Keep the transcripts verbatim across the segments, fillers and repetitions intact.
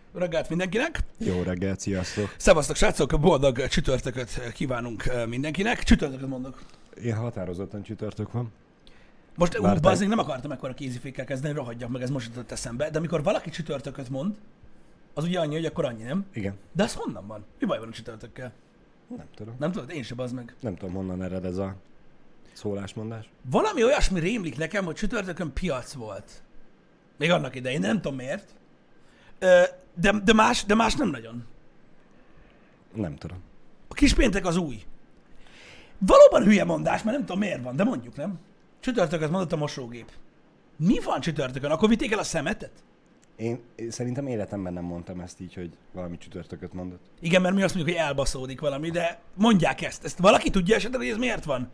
reggelt mindenkinek! Jó reggelt, sziasztok! Szevasztok, srácok! Boldog csütörtököt kívánunk mindenkinek. Csütörtököt mondok. Én határozottan csütörtök van. Most ú, bazdmeg nem akartam ekkora kézifékkel kezdeni, rohadjak meg, ez most jutott eszembe. De amikor valaki csütörtököt mond, az ugye annyi, hogy akkor annyi, nem? Igen. De az honnan van? Mi baj van a csütörtökkel? Nem tudom. Nem tudod? Én se, bazd meg. Nem tudom, honnan ered ez a szólásmondás. Valami olyasmi rémlik nekem, hogy csütörtökön piac volt. Még annak idején, de nem tudom miért. De, de, más, de más nem nagyon. Nem tudom. A kispéntek az új. Valóban hülye mondás, mert nem tudom miért van, de mondjuk, nem? Csütörtököt mondott a mosógép. Mi van csütörtökön? Akkor vitték el a szemetet? Én, én szerintem életemben nem mondtam ezt így, hogy valami csütörtököt mondott. Igen, mert mi azt mondjuk, hogy elbaszódik valami, de mondják ezt. Ezt valaki tudja esetleg, hogy ez miért van?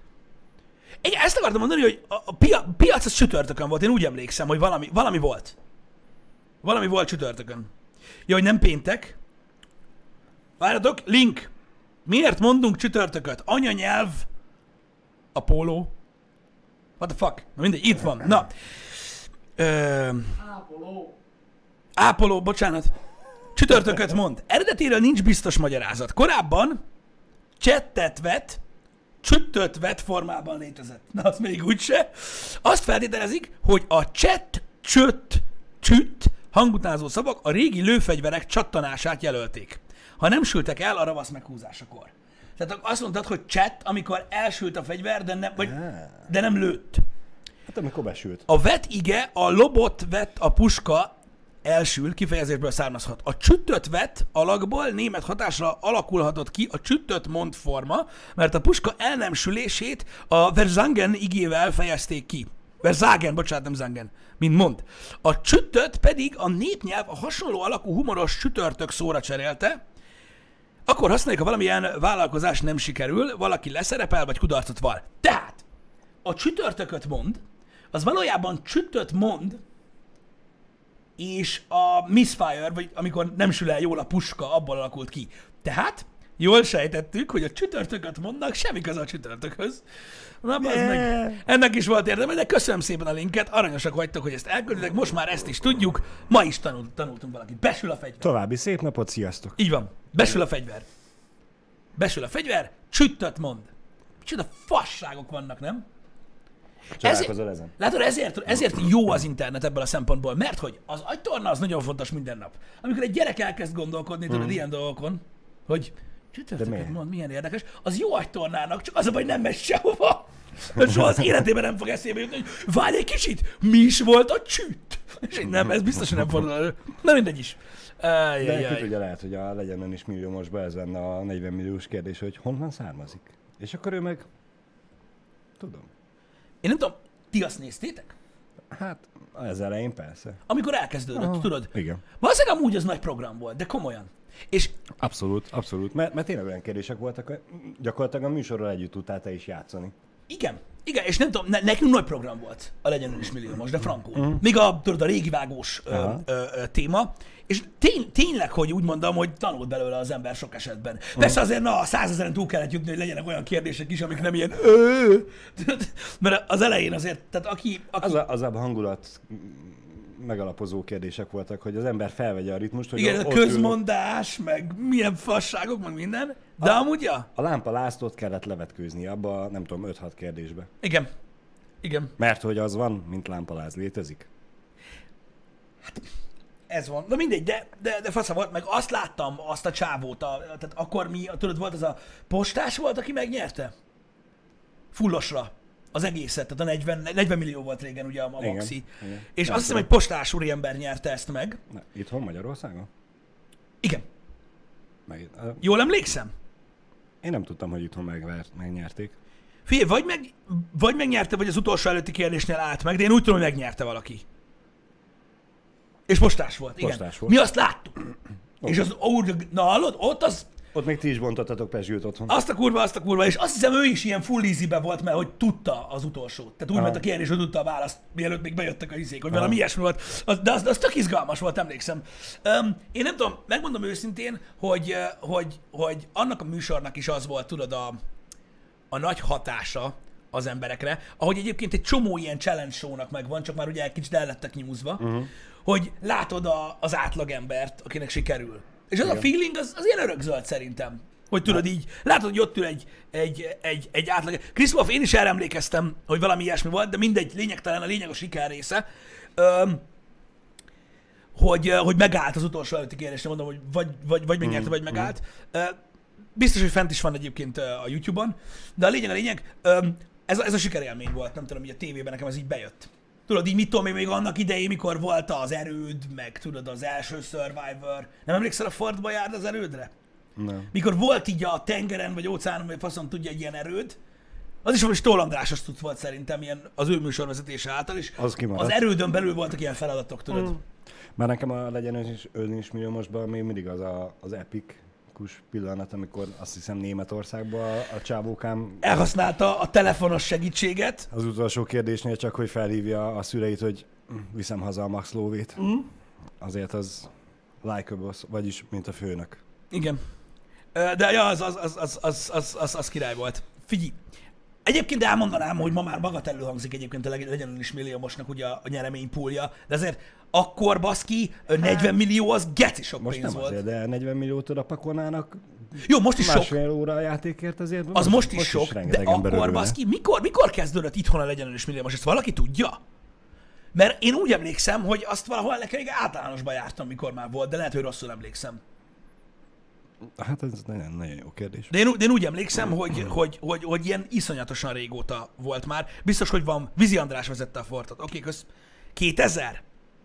Én ezt akartam mondani, hogy a, a pia, piac az csütörtökön volt. Én úgy emlékszem, hogy valami, valami volt. Valami volt csütörtökön. Ja, hogy nem péntek. Várjatok, link. Miért mondunk csütörtököt? Anyanyelv. A póló. What the fuck? Na mindegy, itt van. Na. Ö... Ápoló. Ápoló, bocsánat. Csütörtököt mond. Eredetéről nincs biztos magyarázat. Korábban csettet vet, csüttöt vet formában létezett. Na, az még úgyse. Azt feltételezik, hogy a csett, csöt, csütt hangutánzó szavak a régi lőfegyverek csattanását jelölték. Ha nem sültek el a ravasz meghúzásakor. Tehát azt mondtad, hogy csett, amikor elsült a fegyver, de nem, vagy, de nem lőtt. Hát amikor besült. A vet ige, a lobot vett a puska elsül kifejezésből származhat. A csüttött vet alakból német hatásra alakulhatott ki a csüttött mond forma, mert a puska el nem sülését a Versangen igével fejezték ki. Versagen, bocsánat, nem Zangen, mint mond. A csüttött pedig a népnyelv a hasonló alakú humoros csütörtök szóra cserélte, akkor használjuk, ha valamilyen vállalkozás nem sikerül, valaki leszerepel, vagy kudarcot val. Tehát a csütörtököt mond, az valójában csüttött mond, és a misfire, vagy amikor nem sül el jól a puska, abból alakult ki. Tehát jól sejtettük, hogy a csütörtököt mondnak, semmi köze a csütörtökhöz. Na, bazd meg. Ennek is volt érdeme, de köszönöm szépen a linket, aranyosak vagytok, hogy ezt elkülditek, most már ezt is tudjuk, ma is tanult, tanultunk valakit. Besül a fegyver. További szép napot, sziasztok! Így van, besül a fegyver. Besül a fegyver, csüttött mond. Micsoda fasságok vannak, nem? Csodálkozol ezen? Látod, ezért, ezért jó az internet ebből a szempontból, mert hogy az agytorna az nagyon fontos minden nap. Amikor egy gyerek elkezd gondolkodni, tudod, mm. ilyen dolgokon, hogy csütörtököt mond, milyen érdekes, az jó agytornának, csak az a baj, nem megy sehova. Mert soha az életében nem fog eszébe jutni, hogy várj egy kicsit, mi is volt a csütt? És így nem, ez biztos, hogy nem fordul elő. Na mindegy is. Ajj, De ki tudja, lehet, hogy a legyen ön is milliómosba ez lenne a negyven milliós kérdés, hogy honnan származik. És akkor ő meg... Tudom. Én nem tudom, ti azt néztétek? Hát, az elején persze. Amikor elkezdődött, Aha. tudod? Igen. Valószínűleg amúgy az nagy program volt, de komolyan. És Abszolút, abszolút. Mert, mert tényleg olyan kérdések voltak, hogy gyakorlatilag a műsorral együtt tudtál te is játszani. igen, igen, és nem tudom, ne, nekünk nagy program volt a Legyen Ön is milliómos, de frankó. Uh-huh. Még a, tudod, a régi vágós ö, ö, ö, téma, és tény, tényleg, hogy úgy mondom, hogy tanult belőle az ember sok esetben. Uh-huh. Persze azért, na, a százezeren túl kellett jutni, hogy legyenek olyan kérdések is, amik nem ilyen ö, mert az elején azért, tehát aki... aki... Az, a, az a hangulat megalapozó kérdések voltak, hogy az ember felvegye a ritmust, hogy igen, a közmondás, ül... meg milyen fasságok, meg minden, de a, amúgy ja. A Lámpa Lászlót kellett levetkőzni abba, nem tudom, öt-hat kérdésbe. Igen. Igen. Mert hogy az van, mint Lámpa Láz, létezik? Hát ez van. Na mindegy, de, de, de fasza volt, meg azt láttam, azt a csávót, a, tehát akkor mi, tudod, volt az a postás volt, aki megnyerte? Fullosra. Az egészet, tehát a negyven, negyven millió volt régen ugye a, a maxi. Igen, és azt hiszem, hogy postás úriember nyerte ezt meg. Na, itthon Magyarországon? Igen. Meg, uh, Jól emlékszem? Én nem tudtam, hogy itthon megvert, megnyerték. Figyelj, vagy, meg, vagy megnyerte, vagy az utolsó előtti kérdésnél állt meg, de én úgy tudom, hogy megnyerte valaki. És postás volt, igen. Postás volt. Mi azt láttuk. Okay. És az, úgy, na hallod, ott az... Ott még ti is bontottatok Pezsült otthon. Azt a kurva, azt a kurva, és azt hiszem ő is ilyen full easy-be volt, mert hogy tudta az utolsót. Tehát úgy ment a kérdés, hogy tudta a választ, mielőtt még bejöttek a izék, hogy Aha. valami ilyesmi volt. Az, de az, az tök izgalmas volt, emlékszem. Um, én nem tudom, megmondom őszintén, hogy, hogy, hogy annak a műsornak is az volt, tudod, a, a nagy hatása az emberekre, ahogy egyébként egy csomó ilyen challenge show-nak megvan, csak már ugye egy kicsit el lettek nyúzva, uh-huh. hogy látod a, az átlagembert, akinek sikerül. És az Igen. a feeling, az, az ilyen örökzöld szerintem. Hogy tudod így, látod, hogy ott ül egy, egy, egy, egy átlag... Krisztóf, én is erre emlékeztem, hogy valami ilyesmi volt, de mindegy, lényegtelen, a lényeg a siker része. Öm, hogy, hogy megállt az utolsó előtti kérdésre, mondom, hogy vagy, vagy, vagy megnyerte, mm, vagy megállt. Mm. Biztos, hogy fent is van egyébként a YouTube-on, de a lényeg a lényeg, ez a, ez a sikerélmény volt, nem tudom, hogy a tévében nekem ez így bejött. Tudod, így mit tudom én még annak idején, mikor volt az erőd, meg tudod, az első Survivor. Nem emlékszel a Fordba járd az erődre? Nem. Mikor volt így a tengeren, vagy óceánon, vagy faszom tudja egy ilyen erőd, az is valami Tóth Andrásos tud volt szerintem ilyen az ő műsorvezetése által, és az, az erődön belül voltak ilyen feladatok, tudod. Mm. Már nekem a legyen is ölni is milliómosban még mindig az a, az epikus pillanat, amikor azt hiszem Németországban a, a csávókám elhasználta a telefonos segítséget. Az utolsó kérdésnél csak, hogy felhívja a szüleit, hogy viszem haza a Max lóvét. Mm. Azért az likeable, vagyis mint a főnök. Igen. De ja, az, az, az, az, az, az, az, az király volt. Figyelj, egyébként elmondanám, hogy ma már bagatellő hangzik egyébként a legyen is milliómosnak ugye a nyereménypúlja, de azért akkor baszki, negyven millió az geci sok most pénz nem volt. Azért, de negyven milliót oda pakolnának. Jó, most is sok. Másfél óra a játékért azért. Az most, most is most sok, is de akkor baszki, mikor, mikor kezdődött itthon a legyen is milliómos? Ezt valaki tudja? Mert én úgy emlékszem, hogy azt valahol nekem még általánosban jártam, mikor már volt, de lehet, hogy rosszul emlékszem. Hát ez nagyon, nagyon jó kérdés. De én, de én úgy emlékszem, hogy, hogy, hogy, hogy ilyen iszonyatosan régóta volt már. Biztos, hogy van. Vizi András vezette a Fortot. Oké, kösz. kétezer?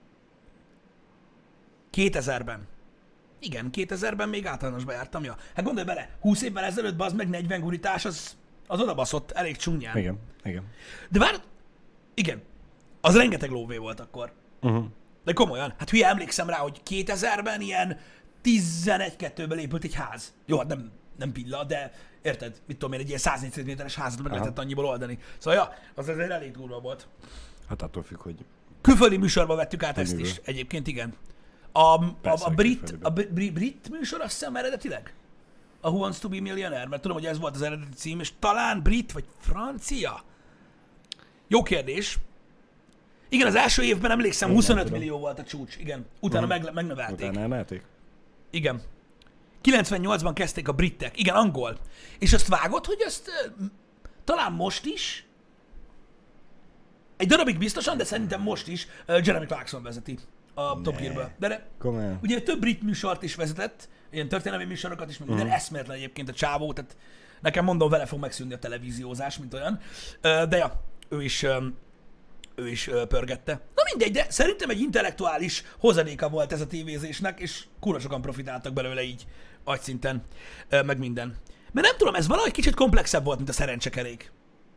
kétezerben. Igen, kétezerben még általánosba jártam, ja. Hát gondolj bele, húsz évvel ezelőtt bazd meg negyven gurítás, az, az odabaszott elég csúnyán. Igen, igen. De várj, igen, az rengeteg lóvé volt akkor. Uh-huh. De komolyan, hát hülye emlékszem rá, hogy kétezerben ilyen tizenegy-kettőben épült egy ház. Jó, hát nem, nem villa, de érted, mit tudom én, egy ilyen száz négyzetméteres házat meg lehetett annyiból oldani. Szóval ja, az azért elég durva volt. Hát attól függ, hogy... Külföldi műsorba vettük át ezt is, egyébként igen. A, a, a, brit, a brit, brit műsor azt hiszem eredetileg? A Who Wants to be Millionaire? Mert tudom, hogy ez volt az eredeti cím, és talán brit vagy francia? Jó kérdés. Igen, az első évben emlékszem, huszonöt millió volt a csúcs, igen. Utána uh-huh. meg, megnövelték. Utána emelték? Igen. kilencvennyolcban kezdték a britek. Igen, angol. És azt vágod, hogy azt uh, talán most is, egy darabig biztosan, de szerintem most is uh, Jeremy Clarkson vezeti a ne. Top Gear-ből. De, de ugye több brit műsort is vezetett, ilyen történelmi műsorokat is, meg minden uh-huh. eszméletlen egyébként a csávó, tehát nekem mondom, vele fog megszűnni a televíziózás, mint olyan. Uh, de ja, ő is... Um, ő is ö, pörgette. Na mindegy, de szerintem egy intellektuális hozadéka volt ez a tévézésnek, és kurva sokan profitáltak belőle így agyszinten, ö, meg minden. Mert nem tudom, ez valahogy kicsit komplexebb volt, mint a szerencsekerék.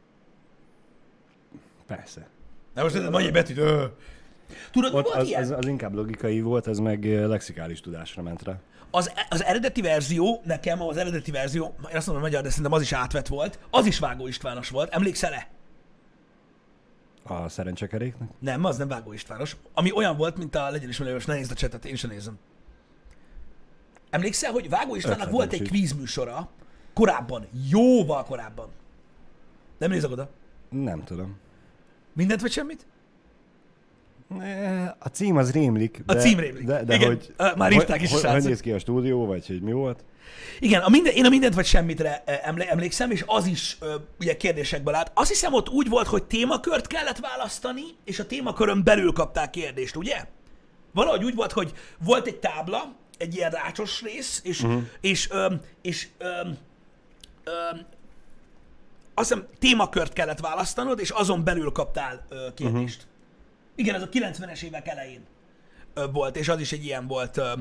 Persze. De most mondj egy betűt. Ö. Tudod, ott volt az, ilyen? az, az inkább logikai volt, ez meg lexikális tudásra ment rá. Az, az eredeti verzió, nekem az eredeti verzió, én azt mondom, hogy magyar, de szerintem az is átvett volt, az is Vágó Istvános volt. Emlékszel-e? A szerencsekeréknek? Nem, az nem Vágó Istvános. Ami olyan volt, mint a Legyen is milliós, ne nézd a csetet, én sem nézem. Emlékszel, hogy Vágó Istvánnak volt egy kvízműsora korábban, jóval korábban. Nem nézek oda? Nem tudom. Mindent vagy semmit? A cím az rémlik. De, a cím rémlik. De, de igen, hogy, uh, már írták is hogy, a hogy néz ki a stúdió, vagy hogy mi volt? Igen, a minden, én a mindent vagy semmitre emlékszem, és az is uh, ugye kérdésekből állt. Azt hiszem, ott úgy volt, hogy témakört kellett választani, és a témakörön belül kapták kérdést, ugye? Valahogy úgy volt, hogy volt egy tábla, egy ilyen rácsos rész, és, uh-huh. és, um, és um, um, azt hiszem témakört kellett választanod, és azon belül kaptál uh, kérdést. Uh-huh. Igen, ez a kilencvenes évek elején uh, volt, és az is egy ilyen volt. Uh,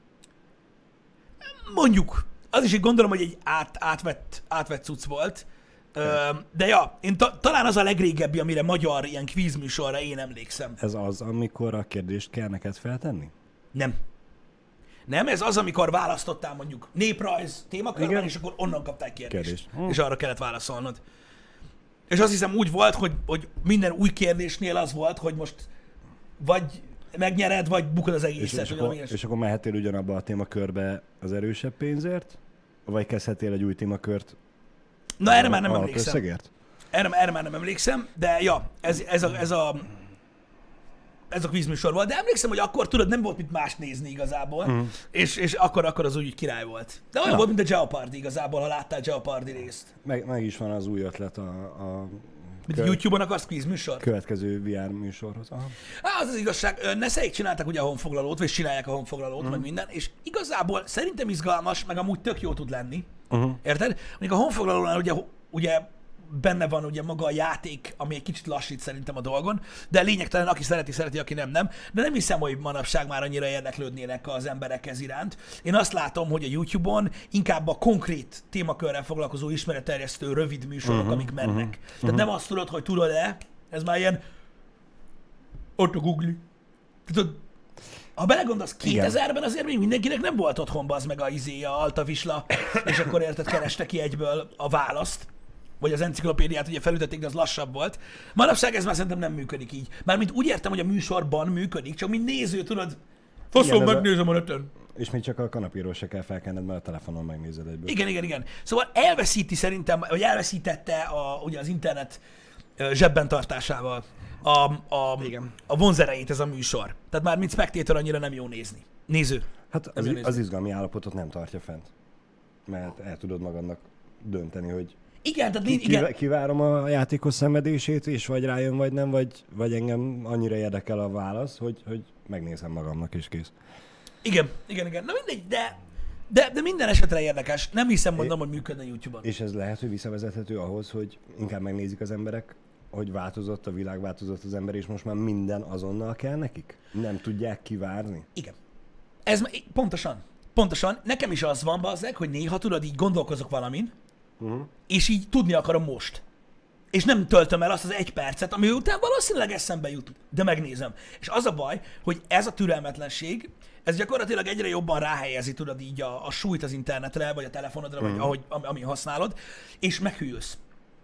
mondjuk, az is így gondolom, hogy egy át, átvett, átvett cucc volt. Uh, de ja, én ta, talán az a legrégebbi, amire magyar ilyen kvízműsorra én emlékszem. Ez az, amikor a kérdést kell neked feltenni? Nem. Nem, ez az, amikor választottál mondjuk néprajz témakörben, igen? És akkor onnan kaptál kérdést. Kérdés. Hm. És arra kellett válaszolnod. És azt hiszem úgy volt, hogy, hogy minden új kérdésnél az volt, hogy most vagy megnyered, vagy bukod az egészet. És, és, akkor, és akkor mehetél ugyanabba a témakörbe az erősebb pénzért? Vagy kezdhetél egy új témakört? Na, erre már nem emlékszem. Összegért? Erre, erre már nem emlékszem, de ja, ez, ez, a, ez a... ez a kvízműsor volt, de emlékszem, hogy akkor tudod, nem volt mit más nézni igazából, mm. és, és akkor, akkor az úgy király volt. De olyan Na. volt, mint a Jeopardy igazából, ha láttál Jeopardy részt. Meg, meg is van az új ötlet a, a Mint YouTube-on akarsz kvízműsor? Következő vé er műsorhoz. Aha. Á, az az igazság, Neszeik csináltak ugye a honfoglalót, vagy csinálják a honfoglalót, mm. meg minden, és igazából szerintem izgalmas, meg amúgy tök jó tud lenni. Uh-huh. Érted? Mondjuk a honfoglalónál ugye, ugye benne van ugye maga a játék, ami egy kicsit lassít szerintem a dolgon, de lényegtelen, aki szereti, szereti, aki nem, nem. De nem hiszem, hogy manapság már annyira érdeklődnének az emberek ez iránt. Én azt látom, hogy a YouTube-on inkább a konkrét témakörrel foglalkozó ismeretterjesztő rövid műsorok, uh-huh, amik mennek. Uh-huh, Tehát uh-huh. nem azt tudod, hogy tudod-e, ez már ilyen ott a Google. Tudod, ha belegondolsz, kétezerben azért még mindenkinek nem volt otthon az meg a izé, a Altavisla, és akkor érted, kereste ki egyből a választ, vagy az enciklopédiát ugye felütették, de az lassabb volt. Manapság ez már szerintem nem működik így. Mármint úgy értem, hogy a műsorban működik, csak mint néző, tudod, faszom, megnézem a neten. És még csak a kanapéról se kell felkenned, mert a telefonon megnézed egyből. Igen, igen, igen. Szóval elveszíti szerintem, vagy elveszítette a, ugye az internet zsebben tartásával a, a, a vonzerejét ez a műsor. Tehát már mint spectator annyira nem jó nézni. Néző. Hát az, nézni. Az izgalmi állapotot nem tartja fent. Mert el tudod magadnak dönteni, hogy igen, tehát ki, igen. Kivárom a játékos szenvedését, és vagy rájön, vagy nem, vagy, vagy engem annyira érdekel a válasz, hogy, hogy megnézem magamnak, és kész. Igen, igen, igen. Na mindegy, de, de, de minden esetre érdekes. Nem hiszem, mondom, é, hogy működne YouTube-on. És ez lehet, hogy visszavezethető ahhoz, hogy inkább megnézik az emberek, hogy változott a világ, változott az ember, és most már minden azonnal kell nekik? Nem tudják kivárni? Igen. Ez pontosan. Pontosan. Nekem is az van, bazzeg, hogy néha tudod, így gondolkozok valamin, uh-huh. és így tudni akarom most. És nem töltöm el azt az egy percet, ami után valószínűleg eszembe jut, de megnézem. És az a baj, hogy ez a türelmetlenség, ez gyakorlatilag egyre jobban ráhelyezi, tudod, így a, a súlyt az internetre, vagy a telefonodra, uh-huh. vagy ahogy, ami használod, és meghűlsz.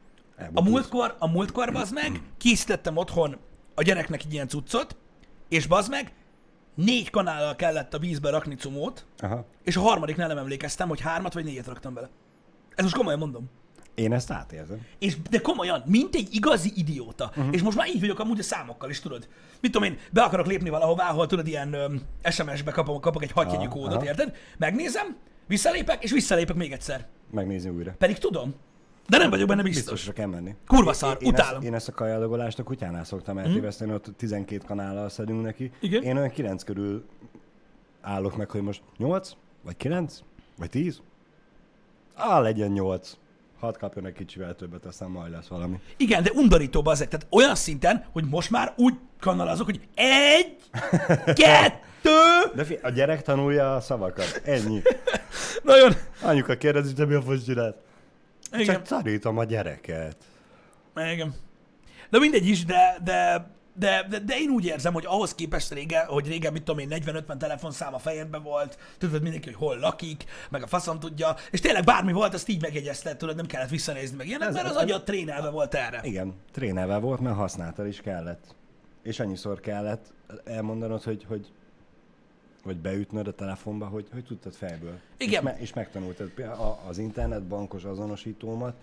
A múltkor, a múltkor, bazd meg, készítettem otthon a gyereknek egy ilyen cuccot, és bazd meg, négy kanállal kellett a vízbe rakni cumót, Aha. és a harmadiknál nem emlékeztem, hogy hármat vagy négyet raktam bele. Ezt most komolyan mondom. Én ezt átérzem. És, de komolyan, mint egy igazi idióta. Uh-huh. És most már így vagyok amúgy a számokkal is, tudod. Mit tudom én, be akarok lépni valahová, ahol tudod, ilyen um, es em es-be kapom, kapok egy hatjegyű kódot, aha. érted? Megnézem, visszalépek, és visszalépek még egyszer. Megnézni újra. Pedig tudom. De nem vagyok benne biztos. Biztosra kell menni. Kurva szar, én, utálom. Ezt, én ezt a kajadogolást a kutyánál szoktam eltéveszteni, mm. ott tizenkét kanállal szedünk neki. Igen? Én olyan kilenc körül állok meg, hogy most nyolc, vagy kilenc, vagy tíz? Á, legyen nyolc. Hadd kapjon egy kicsivel többet, aztán majd lesz valami. Igen, de undorítóbb azek. Tehát olyan szinten, hogy most már úgy kanalazok, hogy egy, kettő... De fi, a gyerek tanulja a szavakat. Ennyi. Nagyon. Anyuka kérdezi, te mi a fasz csinált? Igen. Csak tanítom a gyereket. Igen. De mindegy is, de, de, de, de, de én úgy érzem, hogy ahhoz képest régen, hogy régen, mit tudom én, negyven-ötven telefonszám a fejedben volt, tudod mindenki, hogy hol lakik, meg a faszom tudja, és tényleg bármi volt, azt így megjegyezted, tudod, nem kellett visszanézni meg ilyenek, mert az agyad trénelve volt erre. Igen, trénelve volt, mert használtad is kellett. És annyiszor kellett elmondanod, hogy, hogy vagy beütnöd a telefonba, hogy, hogy tudtad fejből. Igen. És, me, és megtanultad az internetbankos azonosítómat.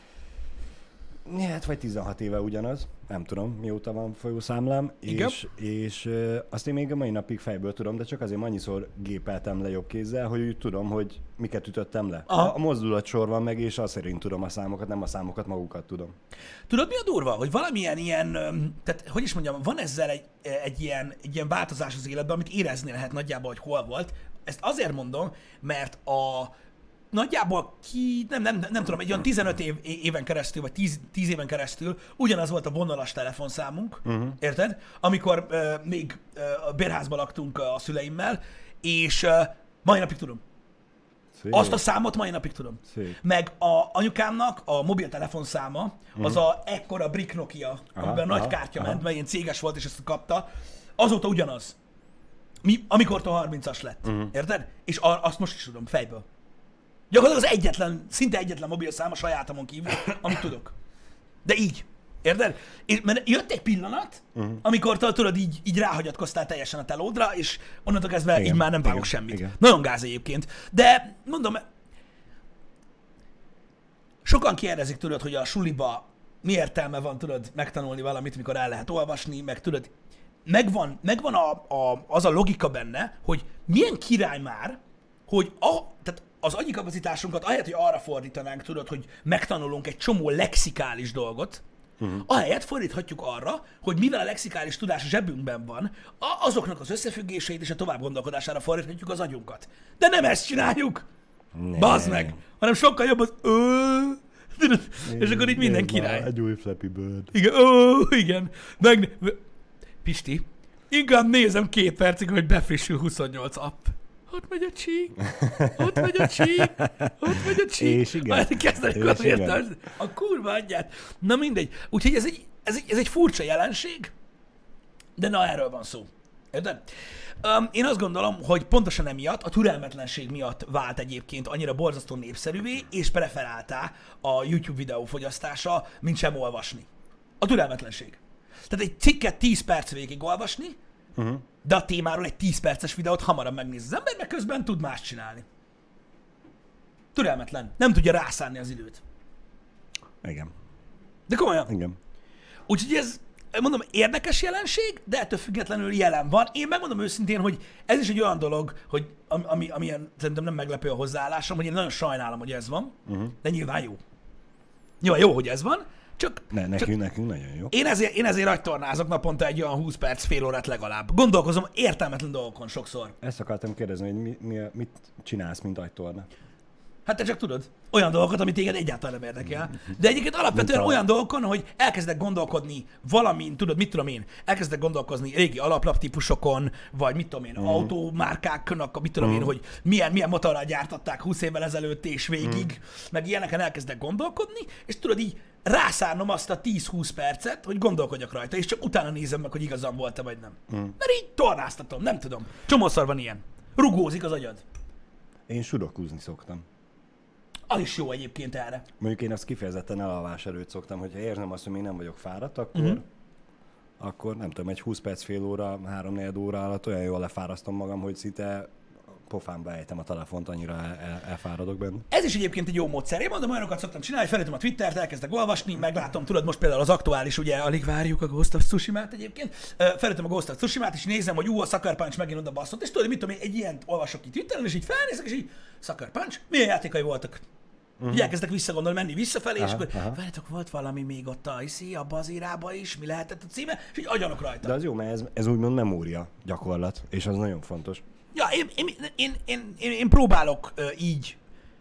Hát vagy tizenhat éve ugyanaz, nem tudom, mióta van folyószámlám, és, és e, azt én még a mai napig fejből tudom, de csak azért annyiszor gépeltem le jobb kézzel, hogy úgy tudom, hogy miket ütöttem le. A, a mozdulatsor van meg, és azt szerint tudom a számokat, nem a számokat magukat tudom. Tudod, mi a durva? Hogy valamilyen ilyen, tehát hogy is mondjam, van ezzel egy, egy, ilyen, egy ilyen változás az életben, amit érezni lehet nagyjából, hogy hol volt. Ezt azért mondom, mert a nagyjából ki, nem, nem, nem tudom, egy olyan tizenöt év, éven keresztül, vagy tíz, tíz éven keresztül ugyanaz volt a vonalas telefonszámunk, uh-huh. érted? Amikor uh, még uh, a bérházban laktunk uh, a szüleimmel, és uh, mai napig tudom. Szép. Azt a számot mai napig tudom. Szép. Meg a anyukámnak a mobiltelefonszáma, uh-huh. az a ekkora Brick Nokia, aha, amiben aha, nagy kártya aha. ment, mert ilyen céges volt, és ezt kapta, azóta ugyanaz. Mi, amikortól harmincas lett, uh-huh. érted? És a, azt most is tudom, fejből. Gyakorlatilag az egyetlen, szinte egyetlen mobil szám a sajátomon kívül, amit tudok. De így. Érted? És, mert jött egy pillanat, uh-huh. amikor tudod, így, így ráhagyatkoztál teljesen a telódra, és onnantól kezdve igen, így már nem vágok semmit. Igen. Nagyon gáz egyébként. De mondom, sokan kérdezik tudod, hogy a suliba mi értelme van tudod megtanulni valamit, mikor el lehet olvasni, meg tudod, megvan, megvan a, a, az a logika benne, hogy milyen király már, hogy a, tehát az agyi kapacitásunkat ahelyett, hogy arra fordítanánk, tudod, hogy megtanulunk egy csomó lexikális dolgot, uh-huh. ahelyett fordíthatjuk arra, hogy mivel a lexikális tudás a zsebünkben van, azoknak az összefüggéseit és a tovább gondolkodására fordíthatjuk az agyunkat. De nem ezt csináljuk! Ne. Bazd meg! Hanem sokkal jobb az ö, és akkor így minden király. Egy új Flappy Bird. Igen, ó, igen. Meg... Pisti, inkább nézem két percig, hogy befrissül huszonnyolc app. Ott megy a csík, ott megy a csík, ott megy a csík. És igen. És igen. A kurva anyját. Na mindegy. Úgyhogy ez egy, ez, egy, ez egy furcsa jelenség, de na erről van szó. Érted? Um, én azt gondolom, hogy pontosan emiatt, a türelmetlenség miatt vált egyébként annyira borzasztó népszerűvé, és preferáltá a YouTube videó fogyasztása, mint sem olvasni. A türelmetlenség. Tehát egy cikket tíz perc végig olvasni, uh-huh. de a témáról egy tíz perces videót hamarabb megnéz az ember, meg közben tud más csinálni. Türelmetlen. Nem tudja rászánni az időt. Igen. De komolyan. Igen. Úgyhogy ez, mondom, érdekes jelenség, de ettől függetlenül jelen van. Én megmondom őszintén, hogy ez is egy olyan dolog, hogy ami, amilyen szerintem nem meglepő a hozzáállásom, hogy én nagyon sajnálom, hogy ez van, uh-huh. de nyilván jó. Nyilván jó, hogy ez van, csak... Ne, nekünk, csak nekünk nagyon jó. Én ezért, én ezért agytornázok naponta egy olyan húsz perc, fél órát legalább. Gondolkozom értelmetlen dolgokon sokszor. Ezt akartam kérdezni, hogy mi, mi, mit csinálsz, mint agytorna? Hát te csak tudod, olyan dolgokat, amit téged egyáltalán nem érdekel. De egyébként alapvetően olyan dolgokon, hogy elkezdek gondolkodni valamin, tudod, mit tudom én, elkezdek gondolkozni régi alaplap típusokon, vagy mit tudom én, mm. autómárkáknak, mit tudom mm. én, hogy milyen, milyen motorral gyártották húsz évvel ezelőtt és végig, mm. meg ilyeneken elkezdek gondolkodni, és tudod így rászárnom azt a tíz-húsz percet, hogy gondolkodjak rajta, és csak utána nézem meg, hogy igazam volt-e vagy nem. Mm. Mert így tornáztatom, nem tudom. Csomószor van ilyen. Rugózik az agyad. Én sudokúzni szoktam. Az is jó egyébként erre. Mondjuk én azt kifejezetten elalvás előtt szoktam, hogyha érzem azt, hogy még nem vagyok fáradt, akkor, uh-huh. akkor nem tudom, egy húsz perc, fél óra, három-négy óra alatt olyan jól lefárasztom magam, hogy szinte pofámba ejtem a telefont, annyira el, elfáradok benne. Ez is egyébként egy jó módszer. Én mondom, olyanokat szoktam csinálni, felítom a Twittert, elkezdek olvasni, meglátom, tudod, most például az aktuális, ugye alig várjuk a Ghost of Tsushima-t egyébként. Felítom a Ghost of Tsushima-t, és nézem, hogy ú, a Sucker Punch megint oda baszott, és tudod, mit tudom én, egy ilyen olvasok ki Twitteren, és így felnézek, és így Sucker Punch, milyen játékai voltak? Uh-huh. Így elkezdek visszagondolni, menni visszafelé, aha, és akkor várjátok, volt valami még ott a iszi, abba az irába is, mi lehetett a címe, és így agyalok rajta. De az jó, mert ez, ez úgymond memória gyakorlat, és az nagyon fontos. Ja, én, én, én, én, én, én próbálok uh, így,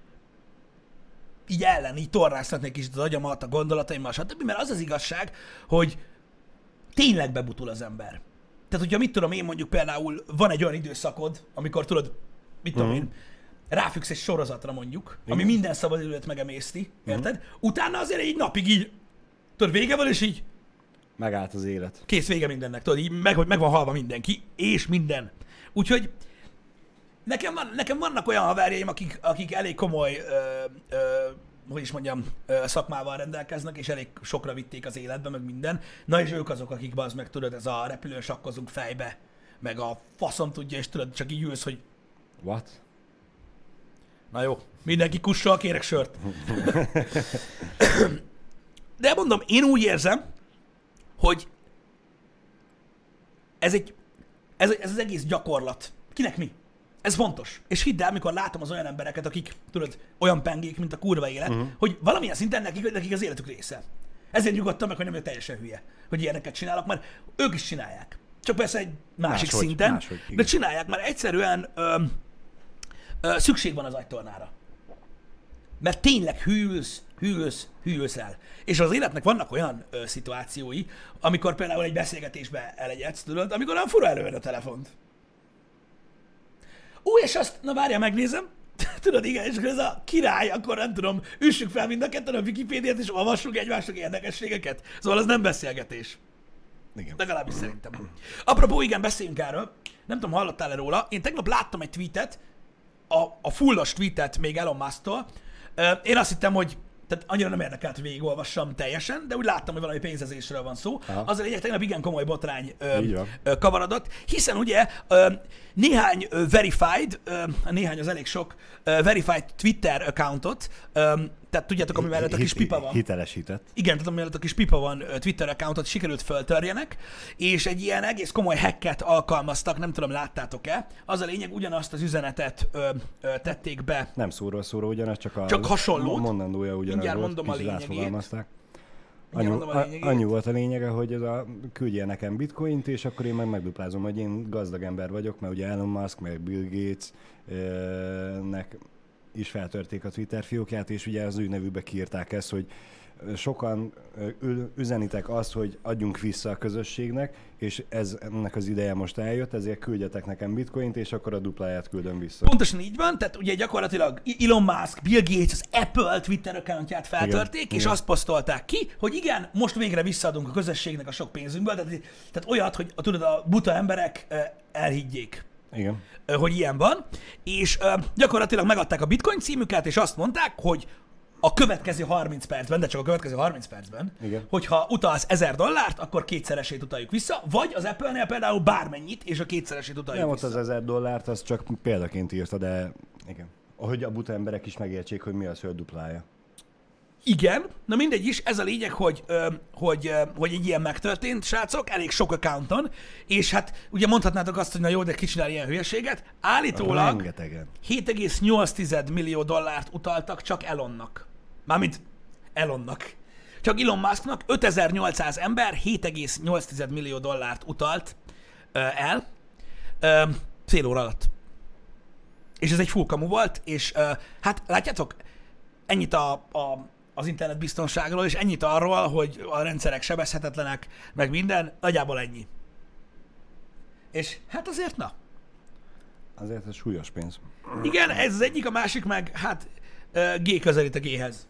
így ellen, így torráztatni egy kicsit az agyamat, a gondolataimmal, stb., mert az az igazság, hogy tényleg bebutul az ember. Tehát, hogyha mit tudom én, mondjuk például van egy olyan időszakod, amikor tudod, mit tudom uh-huh. én, ráfüggsz egy sorozatra mondjuk, igen. ami minden szabadidőt megemészti, érted? Uh-huh. Utána azért egy napig így, tudod, vége van, és így... Megállt az élet. Kész, vége mindennek, tudod, így meg, meg van halva mindenki, és minden. Úgyhogy nekem, van, nekem vannak olyan haverjaim, akik, akik elég komoly, ö, ö, hogy is mondjam, ö, szakmával rendelkeznek, és elég sokra vitték az életbe, meg minden. Na és ők azok, akik az meg tudod, ez a repülőn sakkozunk fejbe, meg a faszom tudja, és tudod, csak így ülsz, hogy... What? Na jó, mindenki kussal, kérek sört. De mondom, én úgy érzem, hogy ez, egy, ez, ez az egész gyakorlat. Kinek mi? Ez fontos. És hidd el, mikor látom az olyan embereket, akik, tudod, olyan pengék, mint a kurva élet, uh-huh. hogy valamilyen szinten nekik, nekik az életük része. Ezért nyugodtam meg, hogy nem vagyok teljesen hülye, hogy ilyeneket csinálok, mert ők is csinálják. Csak persze egy másik máshogy, szinten, máshogy, de csinálják, mert egyszerűen ö, ö, szükség van az agytornára. Mert tényleg hűlsz, hűlsz, hűlsz el. És az életnek vannak olyan ö, szituációi, amikor például egy beszélgetésbe elegyedsz, tudod, amikor nem fura előved a telefont. Ú, és azt, na várjál, megnézem, tudod, igen, és akkor ez a király, akkor nem tudom, üssük fel mind a ketten a Wikipédiát, és olvassuk egymásnak érdekességeket. Szóval az nem beszélgetés. Igen. Legalábbis szerintem. Apropó, igen, beszéljünk erről. Nem tudom, hallottál-e róla. Én tegnap láttam egy tweetet, a, a fullos tweetet még Elon Musk-tól. Én azt hittem, hogy tehát annyira nem érdekelt, hogy végigolvassam teljesen, de úgy láttam, hogy valami pénzezésről van szó. Aha. Az a lényeg, tegnap igen komoly botrány ö, ö, kavarodott, hiszen ugye ö, néhány ö, verified, ö, néhány az elég sok, ö, verified Twitter accountot, ö, tehát tudjátok, ami mellett a kis pipa van. Hitelesített. Igen, tehát ami mellett a kis pipa van Twitter accountot, sikerült föltörjenek, és egy ilyen egész komoly hacket alkalmaztak, nem tudom, láttátok-e. Az a lényeg, ugyanazt az üzenetet ö, ö, tették be. Nem szóról szóra ugyanaz, csak a csak hasonlót. mondandója ugyanaz Mindjárt volt, mondom a lényegét. Annyi, a, annyi volt a lényege, hogy ez a, küldjél nekem bitcoint, és akkor én meg megduplázom, hogy én gazdag ember vagyok, mert ugye Elon Musk, meg Bill Gates-nek is feltörték a Twitter fiókját, és ugye az ő nevükbe kiírták ezt, hogy sokan üzenitek azt, hogy adjunk vissza a közösségnek, és ez, ennek az ideje most eljött, ezért küldjetek nekem bitcoint, és akkor a dupláját küldöm vissza. Pontosan így van, tehát ugye gyakorlatilag Elon Musk, Bill Gates, az Apple Twitter accountját feltörték, igen, és igen. azt posztolták ki, hogy igen, most végre visszaadunk a közösségnek a sok pénzünkből, tehát, tehát olyat, hogy tudod, a buta emberek elhiggyék. Igen. Hogy ilyen van, és gyakorlatilag megadták a bitcoin címüket, és azt mondták, hogy a következő harminc percben, de csak a következő harminc percben, igen. hogyha utalsz ezer dollárt, akkor kétszeresét utaljuk vissza, vagy az Apple-nél például bármennyit, és a kétszeresét utaljuk nem, vissza. Nem, ott az ezer dollárt, az csak példaként írta, de igen. Hogy a buta emberek is megértsék, hogy mi az, hogy a duplája. Igen, na mindegy is, ez a lényeg, hogy, ö, hogy, ö, hogy egy ilyen megtörtént, srácok, elég sok accounton, és hát ugye mondhatnátok azt, hogy na jó, de ki csinál ilyen hülyeséget. Állítólag rengetegen. hét egész nyolc millió dollárt utaltak csak Elonnak. Mármint Elonnak. Csak Elon Musknak ötezer-nyolcszáz ember hét egész nyolc millió dollárt utalt ö, el ö, fél óra alatt. És ez egy full kamu volt, és ö, hát látjátok, ennyit a, a az internetbiztonságról, és ennyit arról, hogy a rendszerek sebezhetetlenek, meg minden, nagyjából ennyi. És hát azért na. Azért ez súlyos pénz. Igen, ez az egyik, a másik meg, hát G közelít a G-hez.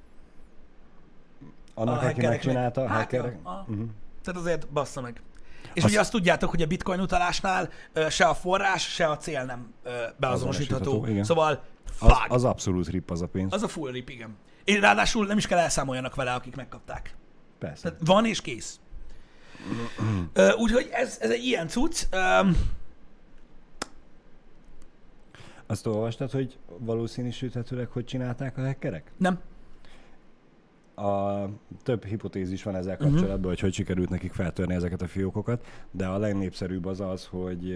Annak, aki megcsinálta, a hát, hackerek. Ja, uh-huh. Tehát azért bassza meg. És azt... ugye azt tudjátok, hogy a bitcoin utalásnál se a forrás, se a cél nem beazonosítható. Szóval az, az abszolút rip az a pénz. Az a full rip, igen. És ráadásul nem is kell elszámoljanak vele, akik megkapták. Persze. Tehát van és kész. Úgyhogy ez, ez egy ilyen cucc. Azt olvastad, hogy valószínűsíthetőleg hogy csinálták a hackerek? Nem. A több hipotézis van ezzel kapcsolatban, uh-huh. hogy hogy sikerült nekik feltörni ezeket a fiókokat, de a legnépszerűbb az az, hogy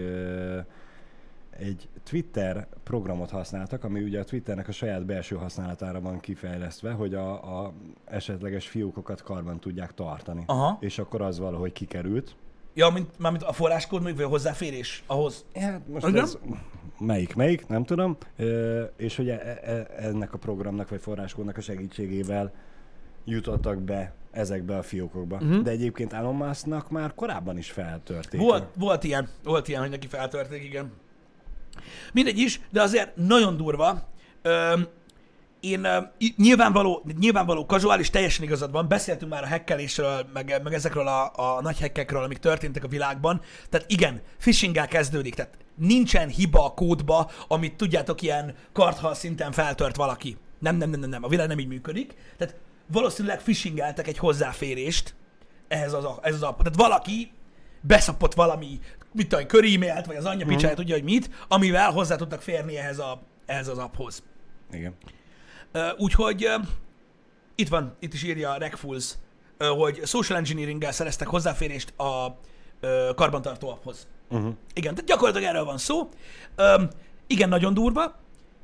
egy Twitter programot használtak, ami ugye a Twitternek a saját belső használatára van kifejlesztve, hogy a, a esetleges fiókokat karban tudják tartani. Aha. És akkor az valahogy kikerült. Ja, mint, mármint a forráskód, még vagy a hozzáférés ahhoz. Ja, most igen? Ez melyik, melyik, nem tudom. E, és hogy e, e, ennek a programnak vagy forráskódnak a segítségével jutottak be ezekbe a fiókokba. Uh-huh. De egyébként Elon Musknak már korábban is feltörték. Volt, volt ilyen, volt ilyen, hogy neki feltörték, igen. Mindegy is, de azért nagyon durva. Ö, én ö, nyilvánvaló, nyilvánvaló kazuális, teljesen igazad van, beszéltünk már a hackelésről, meg, meg ezekről a, a nagy hackekről, amik történtek a világban. Tehát igen, phishinggel kezdődik, tehát nincsen hiba a kódba, amit tudjátok, ilyen karthal szinten feltört valaki. Nem, nem, nem, nem, nem, a világ nem így működik. Tehát valószínűleg phishingeltek egy hozzáférést ehhez az, ez az app. Tehát valaki beszapott valami, mit tudom, körímélt, vagy az anyja picsája tudja, hogy mit, amivel hozzá tudtak férni ehhez, a, ehhez az apphoz. Igen. Uh, úgyhogy uh, itt van, itt is írja a Rekfools, uh, hogy social engineeringgel szereztek hozzáférést a uh, karbantartó apphoz. Uh-huh. Igen, tehát gyakorlatilag erről van szó. Um, igen, nagyon durva.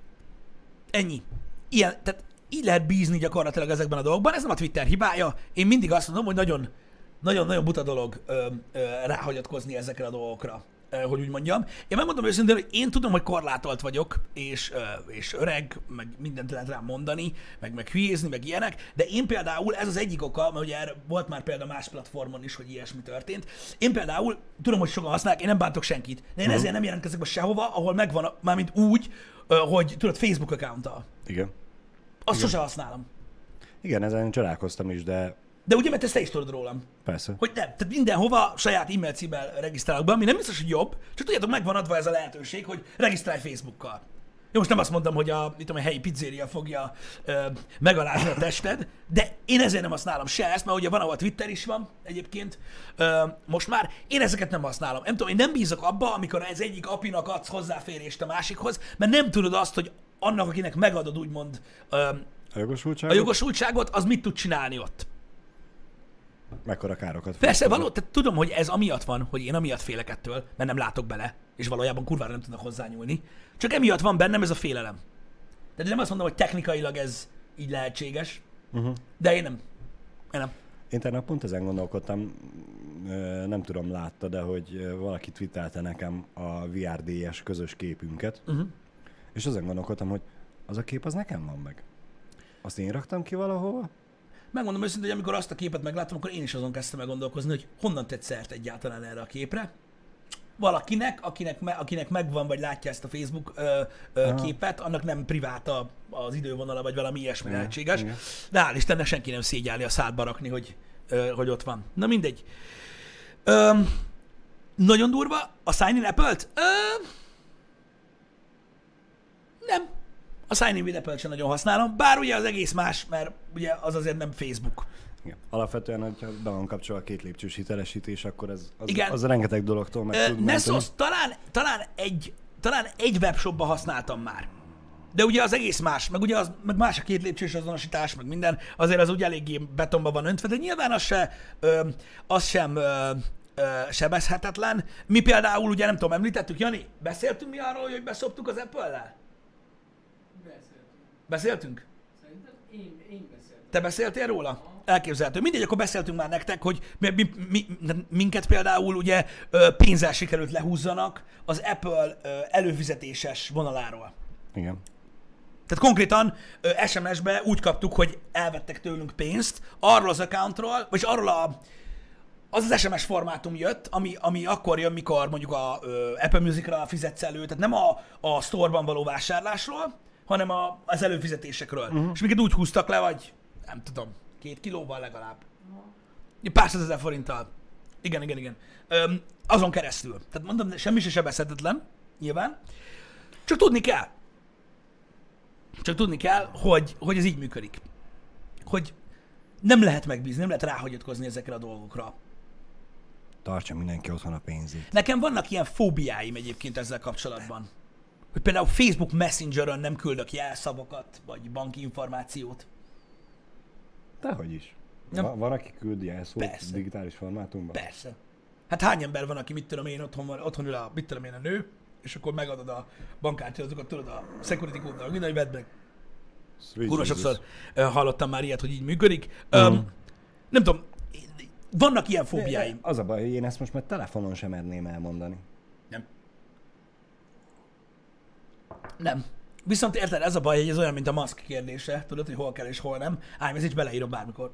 Ennyi. Ilyen, tehát így lehet bízni gyakorlatilag ezekben a dolgokban. Ez nem a Twitter hibája. Én mindig azt mondom, hogy nagyon nagyon-nagyon buta dolog ö, ö, ráhagyatkozni ezekre a dolgokra, ö, hogy úgy mondjam. Én megmondom őszintén, hogy én tudom, hogy korlátolt vagyok, és, ö, és öreg, meg mindent lehet rám mondani, meg, meg hülyézni, meg ilyenek, de én például, ez az egyik oka, mert ugye erre volt már például más platformon is, hogy ilyesmi történt. Én például, tudom, hogy sokan használják, én nem bántok senkit, de én uh-huh. ezért nem jelentkezek be sehova, ahol megvan, mármint úgy, ö, hogy tudod, Facebook account-tal. Igen. Azt Igen. sose használom. Igen, ezen csodálkoztam is, de... De ugye, mert ezt te is tudod rólam. Persze. Hogy nem, tehát mindenhova saját e-mail címmel regisztrálok be, ami nem biztos, hogy jobb, csak tudjátok, megvan adva ez a lehetőség, hogy regisztrálj Facebookkal. Jó, most nem azt mondom, hogy a, mit tudom, a helyi pizzéria fogja ö, megalázni a tested, de én ezért nem használom se ezt, mert ugye van, ahol Twitter is van egyébként, ö, most már, én ezeket nem használom. Nem tudom, én nem bízok abba, amikor ez egyik apinak adsz hozzáférést a másikhoz, mert nem tudod azt, hogy annak, akinek megadod úgymond ö, A jogosultságot? A jogosultságot, az mit tud csinálni ott? Mekkora károkat? Persze, való, tehát tudom, hogy ez amiatt van, hogy én amiatt félek ettől, mert nem látok bele, és valójában kurvára nem tudnak hozzányúlni. Csak emiatt van bennem ez a félelem. Tehát nem azt mondom, hogy technikailag ez így lehetséges, uh-huh. de én nem. Én nem. Én tegnap pont ezen gondolkodtam, nem tudom, látta, de hogy valaki twittelte nekem a vé er dé es közös képünket, uh-huh. és azon gondolkodtam, hogy az a kép az nekem van meg. Azt én raktam ki valahova? Megmondom őszintén, hogy amikor azt a képet megláttam, akkor én is azon kezdtem el gondolkozni, hogy honnan tett szert egyáltalán erre a képre. Valakinek, akinek, me, akinek megvan, vagy látja ezt a Facebook ö, ö, képet, annak nem privát a, az idővonala, vagy valami ilyesmi lehetséges. De hál' Istennek senki nem szégyelli a szádba rakni, hogy, ö, hogy ott van. Na mindegy. Ö, nagyon durva. A Sign in Apple-t? Ö, nem. A Sign in with Apple-t sem nagyon használom, bár ugye az egész más, mert ugye az azért nem Facebook. Igen. Alapvetően, hogyha be van kapcsolva a két lépcsős hitelesítés, akkor ez, az, Igen. az rengeteg dologtól meg tud Nessos talán, talán, egy, talán egy webshopba használtam már. De ugye az egész más, meg ugye az, meg más a két lépcsős azonosítás, meg minden, azért az úgy eléggé betonba van öntve, de nyilván az, se, ö, az sem ö, ö, sebezhetetlen. Mi például, ugye nem tudom, említettük, Jani, beszéltünk mi arról, hogy beszoptuk az Apple-lel? Beszéltünk. Beszéltünk? Szerintem én, én beszéltem. Te beszéltél róla? Elképzelhető. Mindegy, akkor beszéltünk már nektek, hogy mi, mi, mi, minket például ugye pénzzel sikerült lehúzzanak az Apple előfizetéses vonaláról. Igen. Tehát konkrétan es em es-be úgy kaptuk, hogy elvettek tőlünk pénzt arról az accountról, vagy arról a, az az es em es formátum jött, ami, ami akkor jön, mikor mondjuk a ö, Apple Music-ra fizetsz elő, tehát nem a, a store-ban való vásárlásról, hanem a, az előfizetésekről. Uh-huh. És minket úgy húztak le, vagy nem tudom, két kilóval legalább. Uh-huh. Pár százezer forinttal. Igen, igen, igen. Öm, azon keresztül. Tehát mondom, semmi se sebezhetetlen, nyilván. Csak tudni kell. Csak tudni kell, hogy, hogy ez így működik. Hogy nem lehet megbízni, nem lehet ráhagyatkozni ezekre a dolgokra. Tartsa mindenki otthon a pénzét. Nekem vannak ilyen fóbiáim egyébként ezzel kapcsolatban. Hogy például Facebook Messengeron nem küldök jelszavakat, vagy banki információt. Dehogy is. Nem. Va- van, aki küld jelszót Persze. digitális formátumban? Persze. Hát hány ember van, aki mit tudom én, otthon, van, otthon ül a, mit tudom én, a nő, és akkor megadod a bankkártyázatot, tudod, a security code-nal, minden, hogy vedd meg. Kurva sokszor uh, hallottam már ilyet, hogy így működik. Um, Mm. Nem tudom, vannak ilyen fóbiáim. Az a baj, hogy én ezt most már telefonon sem merném elmondani. Nem. Nem. Viszont érted, ez a baj, hogy ez olyan, mint a maszk kérdése, tudod, hogy hol kell és hol nem. Ám ez így beleírom bármikor.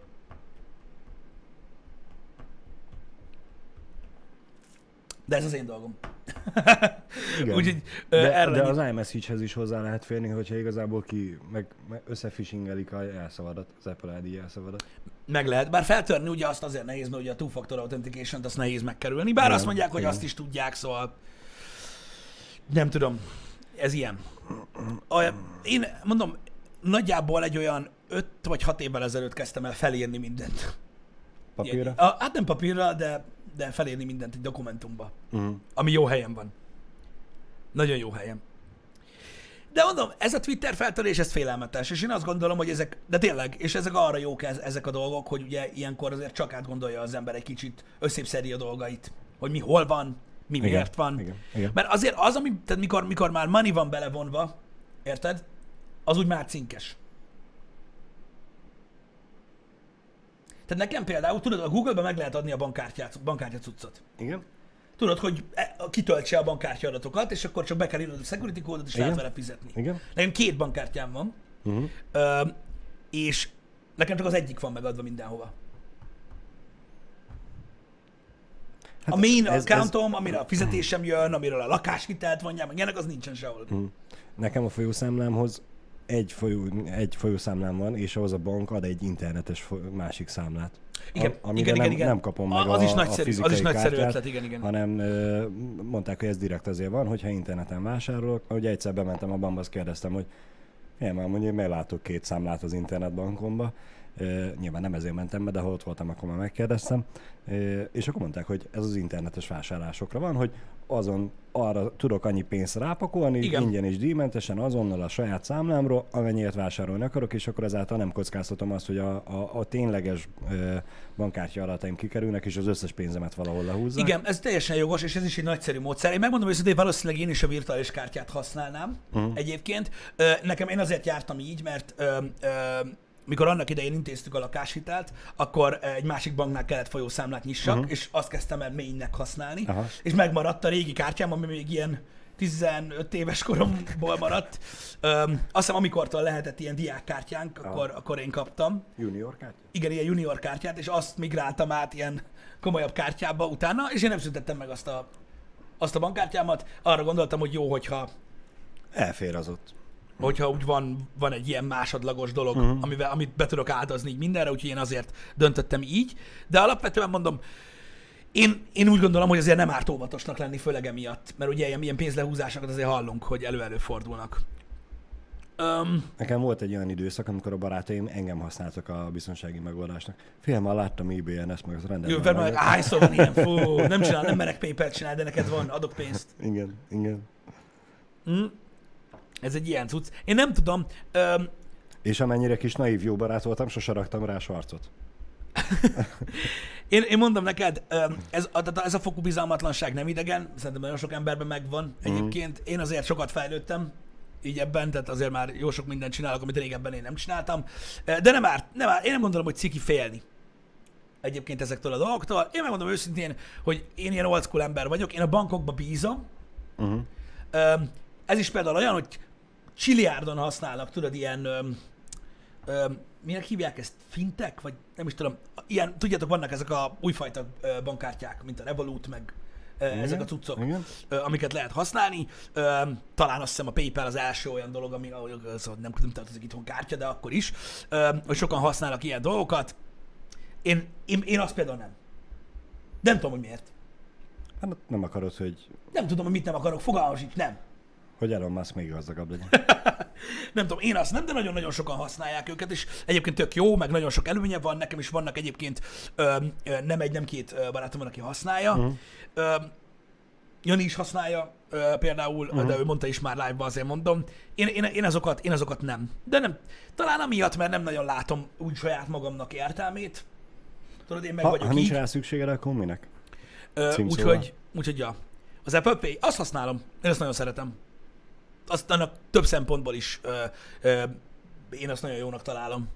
De ez az én dolgom. Úgyhogy de, erről de annyi... az iMessage-hez is hozzá lehet férni, hogyha igazából ki meg, meg összefishingelik a jelszavadat, az Apple i dé jelszavadat. Meg lehet, bár feltörni ugye azt azért nehéz, mert ugye a two-factor authentication-t azt nehéz megkerülni, bár igen, azt mondják, hogy igen. azt is tudják, szóval nem tudom, ez ilyen. Olyan, én mondom, nagyjából egy olyan öt vagy hat évvel ezelőtt kezdtem el felírni mindent. Papírra? A, hát nem papírra, de, de felírni mindent egy dokumentumba, Uh-huh. ami jó helyen van. Nagyon jó helyen. De mondom, ez a Twitter feltörés, ez félelmetes, és én azt gondolom, hogy ezek, de tényleg, és ezek arra jók ez, ezek a dolgok, hogy ugye ilyenkor azért csak átgondolja az ember egy kicsit, összépszedi a dolgait, hogy mi hol van, mi Igen, miért van. igen, igen. Mert azért az, ami, tehát mikor, mikor már money van belevonva, érted, az úgy már cinkes. Tehát nekem például, tudod, a Google-ben meg lehet adni a bankkártyát, bankkártya cuccot. Igen? Tudod, hogy kitöltse a bankkártya adatokat, és akkor csak be kell írnod a security kódot, és Igen. lehet vele fizetni. Igen? Nekem két bankkártyám van, Uh-huh. ö, és nekem csak az egyik van megadva mindenhova. Hát a main ez- accountom, amire a fizetésem jön, amiről a lakáshitelt vonják, meg ilyenek, az nincsen sehol. Uh-huh. Nekem a folyószámlámhoz egy, folyó, egy folyószámlám van, és ahhoz a bank ad egy internetes foly- másik számlát. Igen, A, amire igen, nem, igen, igen. nem kapom A- meg az a, is a nagyszerű, fizikai az is nagyszerű kártyát, ötlet, igen, igen. hanem ö, mondták, hogy ez direkt azért van, hogyha interneten vásárolok. Ahogy egyszer bementem a bankba, azt kérdeztem, hogy én már mondjuk, miért látok két számlát az internetbankomba, nyilván nem ezért mentem be, de ha ott voltam, akkor már megkérdeztem. És akkor mondták, hogy ez az internetes vásárlásokra van, hogy azon arra tudok annyi pénzt rápakolni, igen. ingyen és díjmentesen azonnal a saját számlámról, amennyiért vásárolni akarok, és akkor ezáltal nem kockáztatom azt, hogy a, a, a tényleges ö, bankkártya adataim kikerülnek, és az összes pénzemet valahol lehúzzák. Igen, ez teljesen jogos, és ez is egy nagyszerű módszer. Én megmondom őszintén, valószínűleg én is a virtuális kártyát használnám uh-huh. egyébként. Nekem én azért jártam így, mert ö, ö, mikor annak idején intéztük a lakáshitelt, akkor egy másik banknál kellett folyószámlát nyissak, uh-huh. és azt kezdtem el mainnek használni, aha. és megmaradt a régi kártyám, ami még ilyen tizenöt éves koromból maradt. Öm, azt hiszem, amikortól lehetett ilyen diákkártyánk, akkor, akkor én kaptam. Junior kártya? Igen, ilyen junior kártyát, és azt migráltam át ilyen komolyabb kártyába utána, és én nem szüntettem meg azt a, azt a bankkártyámat. Arra gondoltam, hogy jó, hogyha... Elfér az ott. Hogyha úgy van, van egy ilyen másodlagos dolog, uh-huh. amivel, amit be tudok áldozni így mindenre, úgyhogy én azért döntöttem így. De alapvetően mondom, én, én úgy gondolom, hogy azért nem árt óvatosnak lenni, főleg emiatt, mert ugye ilyen, ilyen pénzlehúzásokat azért hallunk, hogy elő-elő fordulnak. Um, Nekem volt egy olyan időszak, amikor a barátaim engem használtak a biztonsági megoldásnak. Fél, már láttam í bé en ezt, meg az rendelem. Jó, mert hányszor van ilyen, fú, nem csinál, nem merek PayPal csinálni, de neked van, adok pénzt. Igen, igen. Mm. Ez egy ilyen cucc. Én nem tudom. Um, És amennyire kis naív jó barát voltam, sose raktam rá sarcot. én, én mondom neked, ez, ez a fokú bizalmatlanság nem idegen, szerintem nagyon sok emberben megvan egyébként. Én azért sokat fejlődtem így ebben, tehát azért már jó sok mindent csinálok, amit régebben én nem csináltam. De nem árt, nem árt. Én nem gondolom, hogy ciki félni egyébként ezektől a dolgoktól. Én megmondom őszintén, hogy én ilyen old school ember vagyok, én a bankokba bízom. Uh-huh. Ez is például olyan, hogy csiliárdon használnak, tudod, ilyen, öm, öm, minek hívják ezt, fintek, vagy nem is tudom, ilyen, tudjátok, vannak ezek a újfajta bankkártyák, mint a Revolut, meg igen, ezek a cuccok, igen. amiket lehet használni. Öm, talán azt hiszem a PayPal az első olyan dolog, ami szóval nem, nem tartozik itthon kártya, de akkor is, öm, hogy sokan használnak ilyen dolgokat. Én, én, én azt például nem. Nem tudom, hogy miért. Hát nem akarod, hogy... Nem tudom, hogy mit nem akarok, fogalmam sincs, nem. Hogy Elon Musk még gazdagabb legyen. Nem tudom, én azt nem, de nagyon-nagyon sokan használják őket, és egyébként tök jó, meg nagyon sok előnye van, nekem is vannak egyébként ö, ö, nem egy, nem két barátom van, aki használja. Uh-huh. Ö, Jani is használja ö, például, uh-huh. de ő mondta is már live-ban, azért mondom. Én, én, én, azokat, én azokat nem. De nem, talán amiatt, mert nem nagyon látom úgy saját magamnak értelmét. Tudod, én meg ha, vagyok ha így. nincs rá szükséged, akkor minek? Úgyhogy, úgyhogy ja. Az Apple Pay, azt használom, én azt nagyon szeretem. Azt annak több szempontból is ö, ö, én azt nagyon jónak találom.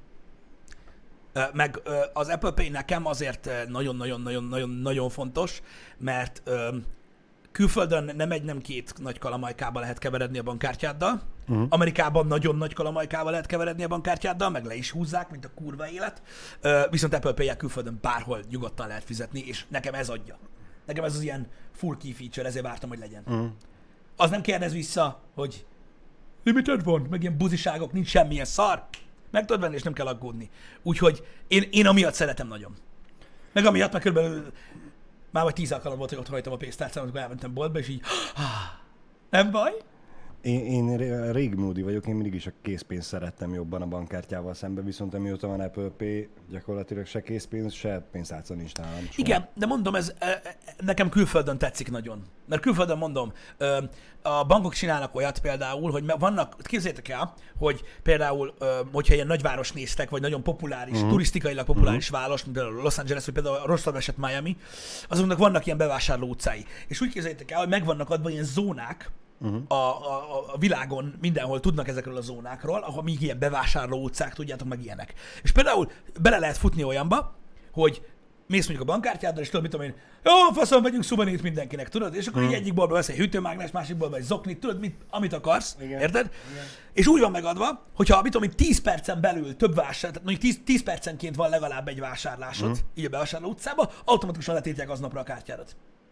Ö, meg ö, az Apple Pay nekem azért nagyon-nagyon-nagyon-nagyon fontos, mert ö, külföldön nem egy, nem két nagy kalamajkába lehet keveredni a bankkártyáddal. Uh-huh. Amerikában nagyon nagy kalamajkába lehet keveredni a bankkártyáddal, meg le is húzzák, mint a kurva élet. Ö, viszont Apple Pay-jel külföldön bárhol nyugodtan lehet fizetni, és nekem ez adja. Nekem ez az ilyen full key feature, ezért vártam, hogy legyen. Uh-huh. Az nem kérdez vissza, hogy limited van, meg ilyen buziságok, nincs semmilyen szar. Meg tudod venni, és nem kell aggódni. Úgyhogy én, én amiatt szeretem nagyon. Meg amiatt, meg körülbelül már vagy tíz alkalom volt, hogy ott hagytam a pénztárcámat, amikor elmentem boltba, és így nem baj. Én, én rég módi vagyok, én mindig is a készpénzt szerettem jobban a bankkártyával szemben, viszont amióta van Apple Pay, gyakorlatilag se készpénz, se pénztárca nincs nálam. Soha. Igen, de mondom, ez nekem külföldön tetszik nagyon. Mert külföldön mondom, a bankok csinálnak olyat például, hogy vannak, képzeljétek el, hogy például, hogyha ilyen nagyváros néztek, vagy nagyon populáris, uh-huh. turisztikailag populáris uh-huh. város, mint például Los Angeles, vagy például a rosszabb eset Miami, azoknak vannak ilyen bevásárló utcái. És úgy képzeljétek el, hogy meg vannak adva ilyen zónák, Uh-huh. A, a, a világon mindenhol tudnak ezekről a zónákról, ahol még ilyen bevásárló utcák, tudjátok, meg ilyenek. És például bele lehet futni olyanba, hogy mész mondjuk a bankkártyáddal, és tudod, mit tudom én, jó, faszom, vegyünk szuvenit mindenkinek, tudod? És akkor uh-huh. így egyik boltba vesz egy hűtőmágnes, másik boltba egy zoknit, tudod, mit, amit akarsz, igen. Érted? Igen. És úgy van megadva, hogyha mit tudom én, tíz percen belül több vásár, tehát mondjuk tíz, tíz percenként van legalább egy vásárlásod, uh-huh. így a bevásárló utcába, automatikusan letiltják aznapra a kártyádat.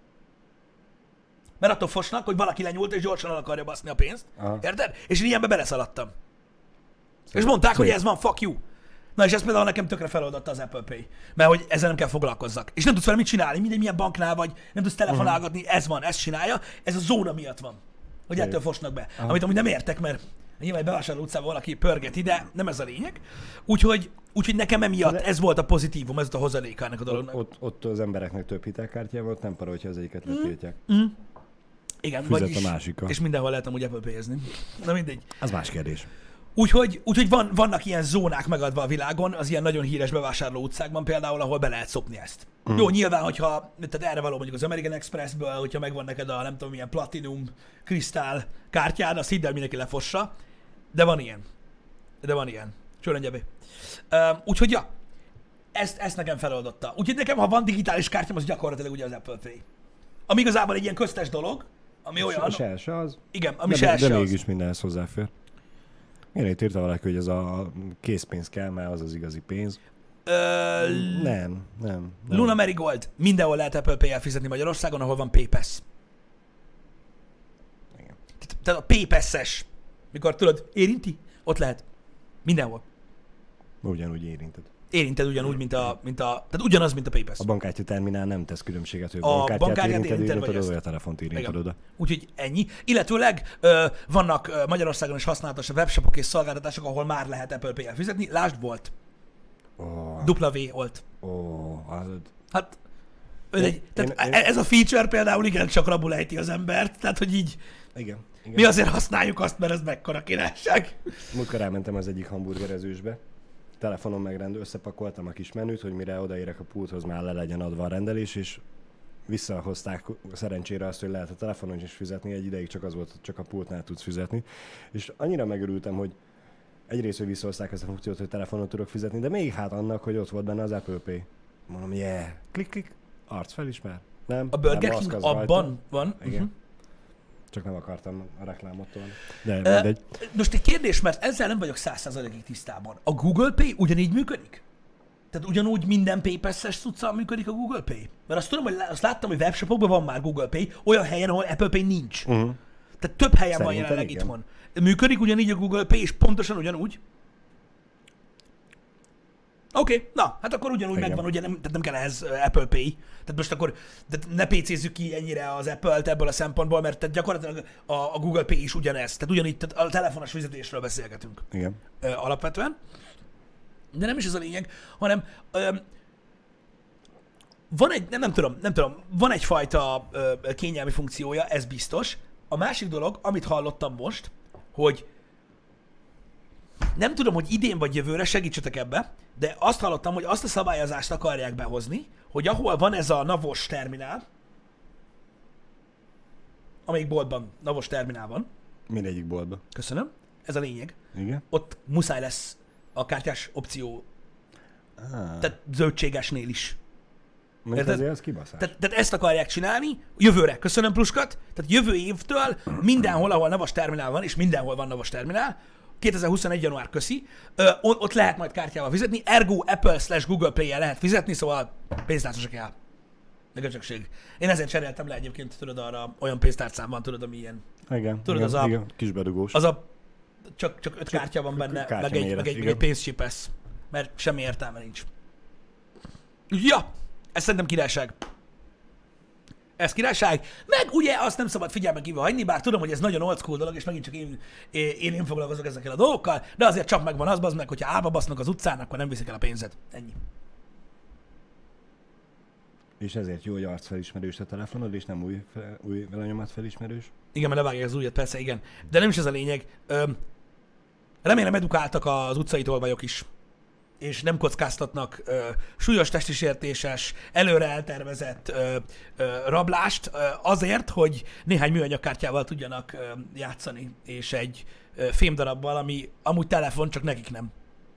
Mert attól fosnak, hogy valaki lenyúlt és gyorsan el akarja baszni a pénzt. Aha. Érted? És én ilyenbe beleszaladtam. Szép. És mondták, Szép. hogy ez van, fuck you. Na és ezt például nekem tökre feloldotta az Apple Pay. Mert hogy ezzel nem kell foglalkozzak. És nem tudsz vele mit csinálni, mindegy milyen banknál vagy, nem tudsz telefonálgatni, uh-huh. ez van, ez csinálja. Ez a zóna miatt van, hogy Szép. ettől fosnak be. Aha. Amit amúgy nem értek, mert Nyilván egy bevásárló utcában valaki pörgeti, de nem ez a lényeg. Úgyhogy, úgyhogy nekem emiatt De- ez volt a pozitívum, ez volt a hozadéka ennek a Ott, dolognak. ott, ott az embereknek több hitelkártya volt, nem para, hogyha az egyiket letiltják. Igen, Fizet vagyis, a másikkal. és mindenhol lehet amúgy Apple Pay-ezni. Na mindegy. Az más kérdés. Úgyhogy, úgyhogy van, vannak ilyen zónák megadva a világon, az ilyen nagyon híres bevásárló utcákban például, ahol be lehet szopni ezt. Mm. Jó, nyilván, hogyha, tehát erre való mondjuk az American Expressből, hogyha megvan neked a nem tudom milyen platinum, krisztál kártyád, azt hidd el, mindenki lefossa, de van ilyen. De van ilyen. Csőröngyebé. Um, úgyhogy ja, ezt, ezt nekem feloldotta. Úgyhogy nekem, ha van digitális kártyám, az gyakorlatilag ugye az Apple Pay. Ami igazából egy ilyen köztes dolog, ami olyan... A se, se az. Igen, ami De, se, de, se de az. mégis mindenhez hozzáfér. Én itt írta valaki, hogy ez a készpénz kell, mert az az igazi pénz. Ö, Nem, nem. nem. Luna Marigold. Mindenhol lehet Apple Pay-el fizetni Magyarországon, ahol van PayPass. Igen. Tehát- Tehát a PayPass-es, mikor tudod, érinti, ott lehet. Mindenhol. Ugyanúgy érinted. Érinted ugyanúgy, mint a, mint a tehát ugyanaz, mint a PayPass. A bankkártya terminál nem tesz különbséget, hogy A bankkártyát bankkártyát érinted, érinted, érinted, vagy oda, ezt. vagy a telefont érinted Igen. oda. Úgyhogy ennyi. Illetőleg ö, vannak ö, Magyarországon is használatos webshopok és szolgáltatások, ahol már lehet Apple Pay-el fizetni. Lásd, volt. Ó, Dupla V volt. ó, az... Hát, ő Én- egy, tehát én- én- ez a feature például igen csak rabul ejti az embert, tehát hogy így Igen. igen. mi azért használjuk azt, mert ez mekkora királyság. Múltkor elmentem az egyik hamburgerezősbe, telefonon megrendő, összepakoltam a kis menüt, hogy mire odaérek a pulthoz, már le legyen adva a rendelés, és visszahozták szerencsére azt, hogy lehet a telefonon is fizetni, egy ideig csak az volt, hogy csak a pultnál tudsz fizetni. És annyira megörültem, hogy egyrészt, hogy visszahozták ezt a funkciót, hogy telefonon tudok fizetni, de még hát annak, hogy ott volt benne az Apple Pay. Mondom, yeah, klik, klik, arc felismer. Nem, A Burger nem, King maszk az abban rajta. van. Igen. Uh-huh. Csak nem akartam a reklámot tolni. De Ö, mindegy. Most egy kérdés, mert ezzel nem vagyok száz százalékig tisztában. A Google Pay ugyanígy működik? Tehát ugyanúgy minden PayPass-es cuccal működik a Google Pay? Mert azt tudom, hogy lá- azt láttam, hogy webshopokban van már Google Pay, olyan helyen, ahol Apple Pay nincs. Uh-huh. Tehát több helyen van Szerintem jelenleg igen. itthon. Működik ugyanígy a Google Pay, és pontosan ugyanúgy? Oké, okay, na, hát akkor ugyanúgy Igen. megvan, ugye nem, tehát nem kell ehhez uh, Apple Pay. Tehát most akkor tehát ne pécézzük ki ennyire az Apple-t ebből a szempontból, mert tehát gyakorlatilag a, a Google Pay is ugyanez. Tehát ugyanígy tehát a telefonos fizetésről beszélgetünk Igen. ö, alapvetően. De nem is ez a lényeg, hanem ö, van egy, nem, nem tudom, nem tudom, van egyfajta ö, kényelmi funkciója, ez biztos. A másik dolog, amit hallottam most, hogy nem tudom, hogy idén vagy jövőre, segítsetek ebbe, de azt hallottam, hogy azt a szabályozást akarják behozni, hogy ahol van ez a Navos terminál, amelyik boltban Navos terminál van, Mindegyik boltba. köszönöm, ez a lényeg, Igen. ott muszáj lesz a kártyás opció, Ah, tehát zöldségesnél is. mert érted? azért az kibaszás. Tehát, tehát ezt akarják csinálni jövőre. Köszönöm, Pluskat. Tehát jövő évtől mindenhol, ahol Navas terminál van, és mindenhol van Navas terminál, kétezer-huszonegy. január köszi, ö, o- ott lehet majd kártyával fizetni, ergo Apple slash Google Play-jel lehet fizetni, szóval pénztárcasa kell. Meg a csökség. Én ezért cseréltem le egyébként, tudod, arra olyan pénztárcám van, tudod, ami ilyen. Igen, Tudod, igen, az a- igen, kis bedugós. Az a csak, csak öt kártya van benne, kártya meg egy, méret, meg egy, meg igen. egy pénzcsipesz, mert semmi értelme nincs. Ja, ez szerintem királyság. Ez királyság. Meg ugye azt nem szabad figyelmen kívül hagyni, bár tudom, hogy ez nagyon old school dolog, és megint csak én, én, én foglalkozok ezekkel a dolgokkal, de azért csak megvan az, bazd meg, hogyha állba basznak az utcán, akkor nem viszik el a pénzed. Ennyi. És ezért jó, hogy arcfelismerős a telefonod, és nem új, fe, új lenyomat felismerős. Igen, mert levágják az ujjat, persze, igen. De nem is ez a lényeg. Öm, remélem edukáltak az utcai tolvajok is, és nem kockáztatnak ö, súlyos testi sértéses, előre eltervezett ö, ö, rablást ö, azért, hogy néhány műanyagkártyával tudjanak ö, játszani, és egy ö, fémdarabbal, ami amúgy telefon, csak nekik nem.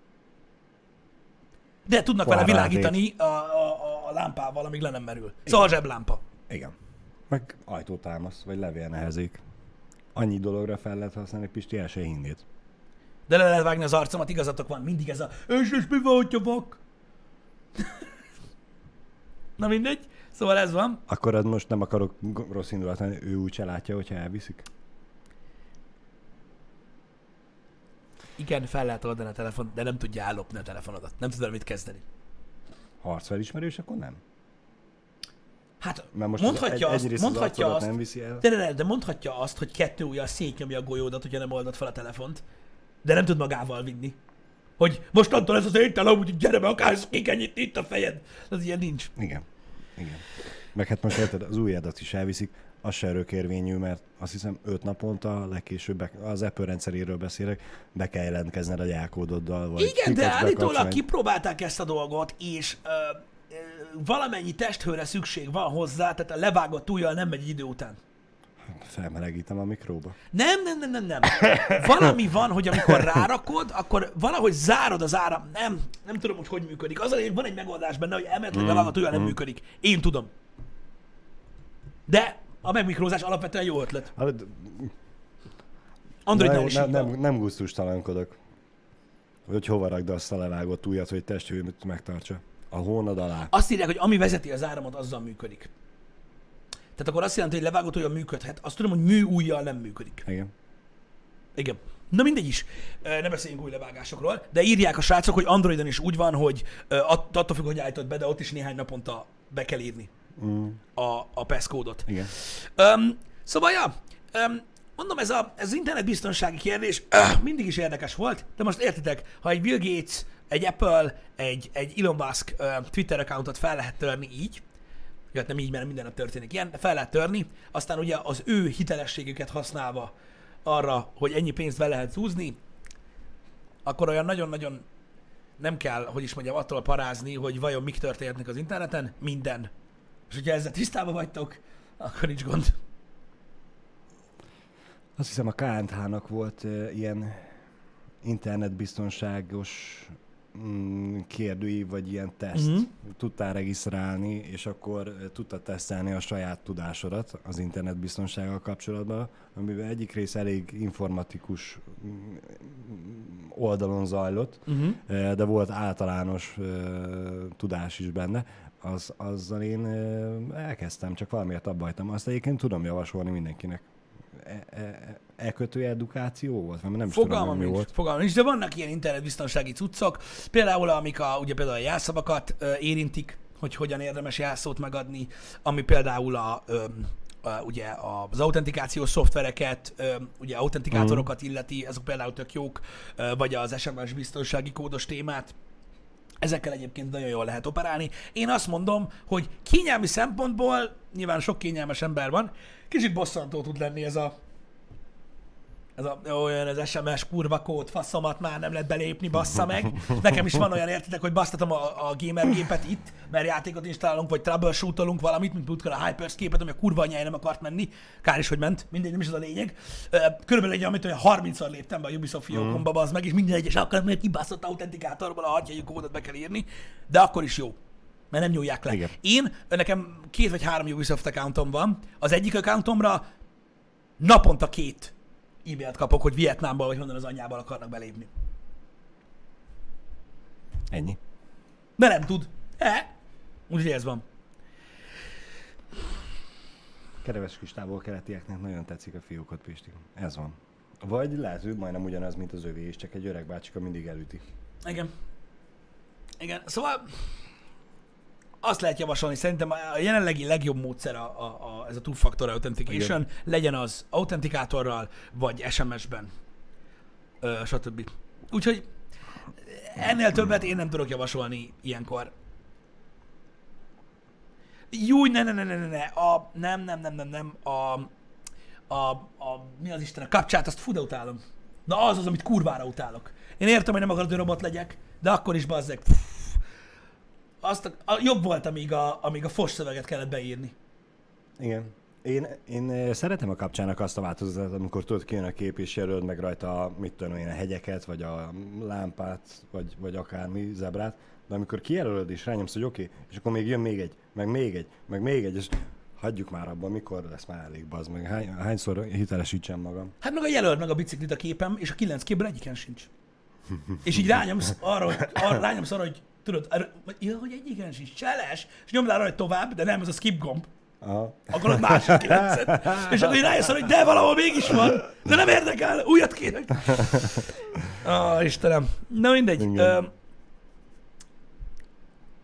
De tudnak vele Pohárrátét. világítani a, a, a lámpával, amíg le nem merül. Szóval a zseblámpa. Igen. Meg ajtótámasz, vagy levélnehezék. Annyi dologra fel lehet használni, Pisti, el se hinnéd. De le lehet vágni az arcomat, igazatok van, mindig ez a és, és mi van, hogyha vak? Na mindegy, szóval ez van. Akkor az most nem akarok g- rossz indulat lenni, ő úgy se látja, hogyha elviszik. Igen, fel lehet oldani a telefon, de nem tudja ellopni a telefonodat. Nem tudod mit kezdeni. Ha arcfelismerős, akkor nem. Hát Mert most mondhatja egy, azt, egyrészt mondhatja az azt, nem viszi el. de, de, de, de mondhatja azt, hogy kettő ujjal szétnyomja a golyódat, hogyha nem oldod fel a telefont, de nem tud magával vinni. Hogy mostantól ez az én telem, úgyhogy gyere be, akársz kékenyít itt a fejed. Az ilyen nincs. Igen. Igen. Meg hát most érted, az ujjadat is elviszik, az se örökérvényű, mert azt hiszem öt naponta legkésőbb, az Apple rendszeréről beszélek, be kell jelentkezned a jelkódoddal. Vagy Igen, de állítólag bekapcsolni. kipróbálták ezt a dolgot, és ö, ö, valamennyi testhőre szükség van hozzá, tehát a levágott ujjal nem megy egy idő után. Felmelegítem a mikróba. Nem, nem, nem, nem, nem. Valami van, hogy amikor rárakod, akkor valahogy zárod az áram. Nem, nem tudom, hogy hogy működik. Az a lényeg, van egy megoldás benne, hogy elméletileg Mm, levágott ujjal nem mm. működik. Én tudom. De a megmikrózás alapvetően jó ötlet. Hát, Android nem, nem is nem, nem, nem, nem gusztustalankodok. Hogy hova rakd azt a levágott ujjat, hogy testhőt megtartsa. A hónad alá. Azt írják, hogy ami vezeti az áramot, azzal működik. Tehát akkor azt jelenti, hogy levágott ujjal működhet. Azt tudom, hogy mű ujjal nem működik. Igen. Igen. Na mindegy is, ne beszéljünk új levágásokról, de írják a srácok, hogy Androidon is úgy van, hogy att- attól függ, hogy állítod be, de ott is néhány naponta be kell írni Mm. a, a passcode-ot. Igen. Um, szóval, ja, um, mondom, ez, a, ez az internetbiztonsági kérdés uh, mindig is érdekes volt, de most értitek, ha egy Bill Gates, egy Apple, egy, egy Elon Musk uh, Twitter accountot fel lehet törni így, hát nem így, mert minden nap történik ilyen, de fel lehet törni, aztán ugye az ő hitelességüket használva arra, hogy ennyi pénzt be lehet húzni, akkor olyan nagyon-nagyon nem kell, hogy is mondjam, attól parázni, hogy vajon mik történhetnek az interneten, minden. És hogyha ezzel tisztában vagytok, akkor nincs gond. Azt hiszem a ká en há-nak volt uh, ilyen internetbiztonságos mm, kérdőív, vagy ilyen teszt. Mhm. Tudtál regisztrálni, és akkor uh, tudtad tesztelni a saját tudásodat az internetbiztonsággal kapcsolatban, amiben egyik rész elég informatikus mm, oldalon zajlott, Uh-huh. uh, de volt általános uh, tudás is benne. Az, azzal én uh, elkezdtem, csak valamiért abba hagytam. Azt egyébként tudom javasolni mindenkinek. E, e, e-kötő edukáció volt? Mert nem is tudom, Fogalmam hogy mi nincs, volt. fogalmam nincs, de vannak ilyen internetbiztonsági cuccok, például amik a, ugye például a jelszavakat ö, érintik, hogy hogyan érdemes jelszót megadni, ami például a, ö, a, ugye az autentikációs szoftvereket, ö, ugye autentikátorokat illeti, ezek például tök jók, ö, vagy az es em es biztonsági kódos témát. Ezekkel egyébként nagyon jól lehet operálni. Én azt mondom, hogy kényelmi szempontból, nyilván sok kényelmes ember van, kicsit bosszantó tud lenni ez a ez a, olyan az es em es kurva kód, faszomat már nem lehet belépni, bassza meg. Nekem is van olyan, értitek, hogy basztatom a, a gamer gépet itt, mert játékot installálunk, vagy troubleshootolunk valamit, mint múltkor a Hyperscape-et, ami a kurva anyája nem akart menni. Kár is, hogy ment, mindegy, nem is az a lényeg. Körülbelül egy, amit olyan harmincszor léptem be a Ubisoft fiókomba, bazd meg, és minden egyes alkalommal, mert kibaszott autentikátorból a hatjegyű kódot be kell írni, de akkor is jó. Mert nem nyúlják le. Igen. Én, nekem két vagy három Ubisoft accountom van, az egyik accountomra naponta két e-mailt kapok, hogy Vietnámból vagy honnan az anyjából akarnak belépni. Ennyi. De nem tud. E? Úgyhogy ez van. Kereves kis távol-keletieknek nagyon tetszik a fiúkot, Pisti. Ez van. Vagy lehet, hogy majdnem ugyanaz, mint az övé, és csak egy öreg bácsika mindig elüti. Igen. Igen. Szóval azt lehet javasolni, szerintem a jelenlegi legjobb módszer a, a, a, ez a two-factor authentication, igen. Legyen az autentikátorral, vagy es em es-ben, ö, stb. Úgyhogy ennél többet én nem tudok javasolni ilyenkor. Júj, ne, ne, ne, ne, ne, ne, a, nem, nem, nem, nem, nem, a, a, a, mi az Isten, a kapcsát, azt fú, de utálom. Na az az, amit kurvára utálok. Én értem, hogy nem akarod, hogy robot legyek, de akkor is bazzeg. Azt a, a, jobb volt, amíg a, amíg a fos szöveget kellett beírni. Igen. Én, én szeretem a kapcsának azt a változatot, amikor tudod, kijön a kép és jelöld meg rajta a, mit tudom én, a hegyeket, vagy a lámpát, vagy, vagy akármi, zebrát, de amikor kijelölöd és rányomsz, hogy oké, okay, és akkor még jön még egy, meg még egy, meg még egy, és hagyjuk már abban, mikor lesz már elég, bazd meg, hány, hányszor hitelesítsem magam. Hát meg a jelöld meg a biciklit a képem, és a kilenc képben egyiken sincs. És így rányomsz arra, hogy, arra, rányomsz arra, hogy tudod, arra, ja, hogy egyiken sincs, cseles, és nyomd arra, hogy tovább, de nem, ez a skip gomb. Aha. Akkor a másik kilencet. És akkor így rájössz arra, hogy de valahol mégis van, de nem érdekel, újat kérek. Ah, Istenem. Na mindegy. Ö,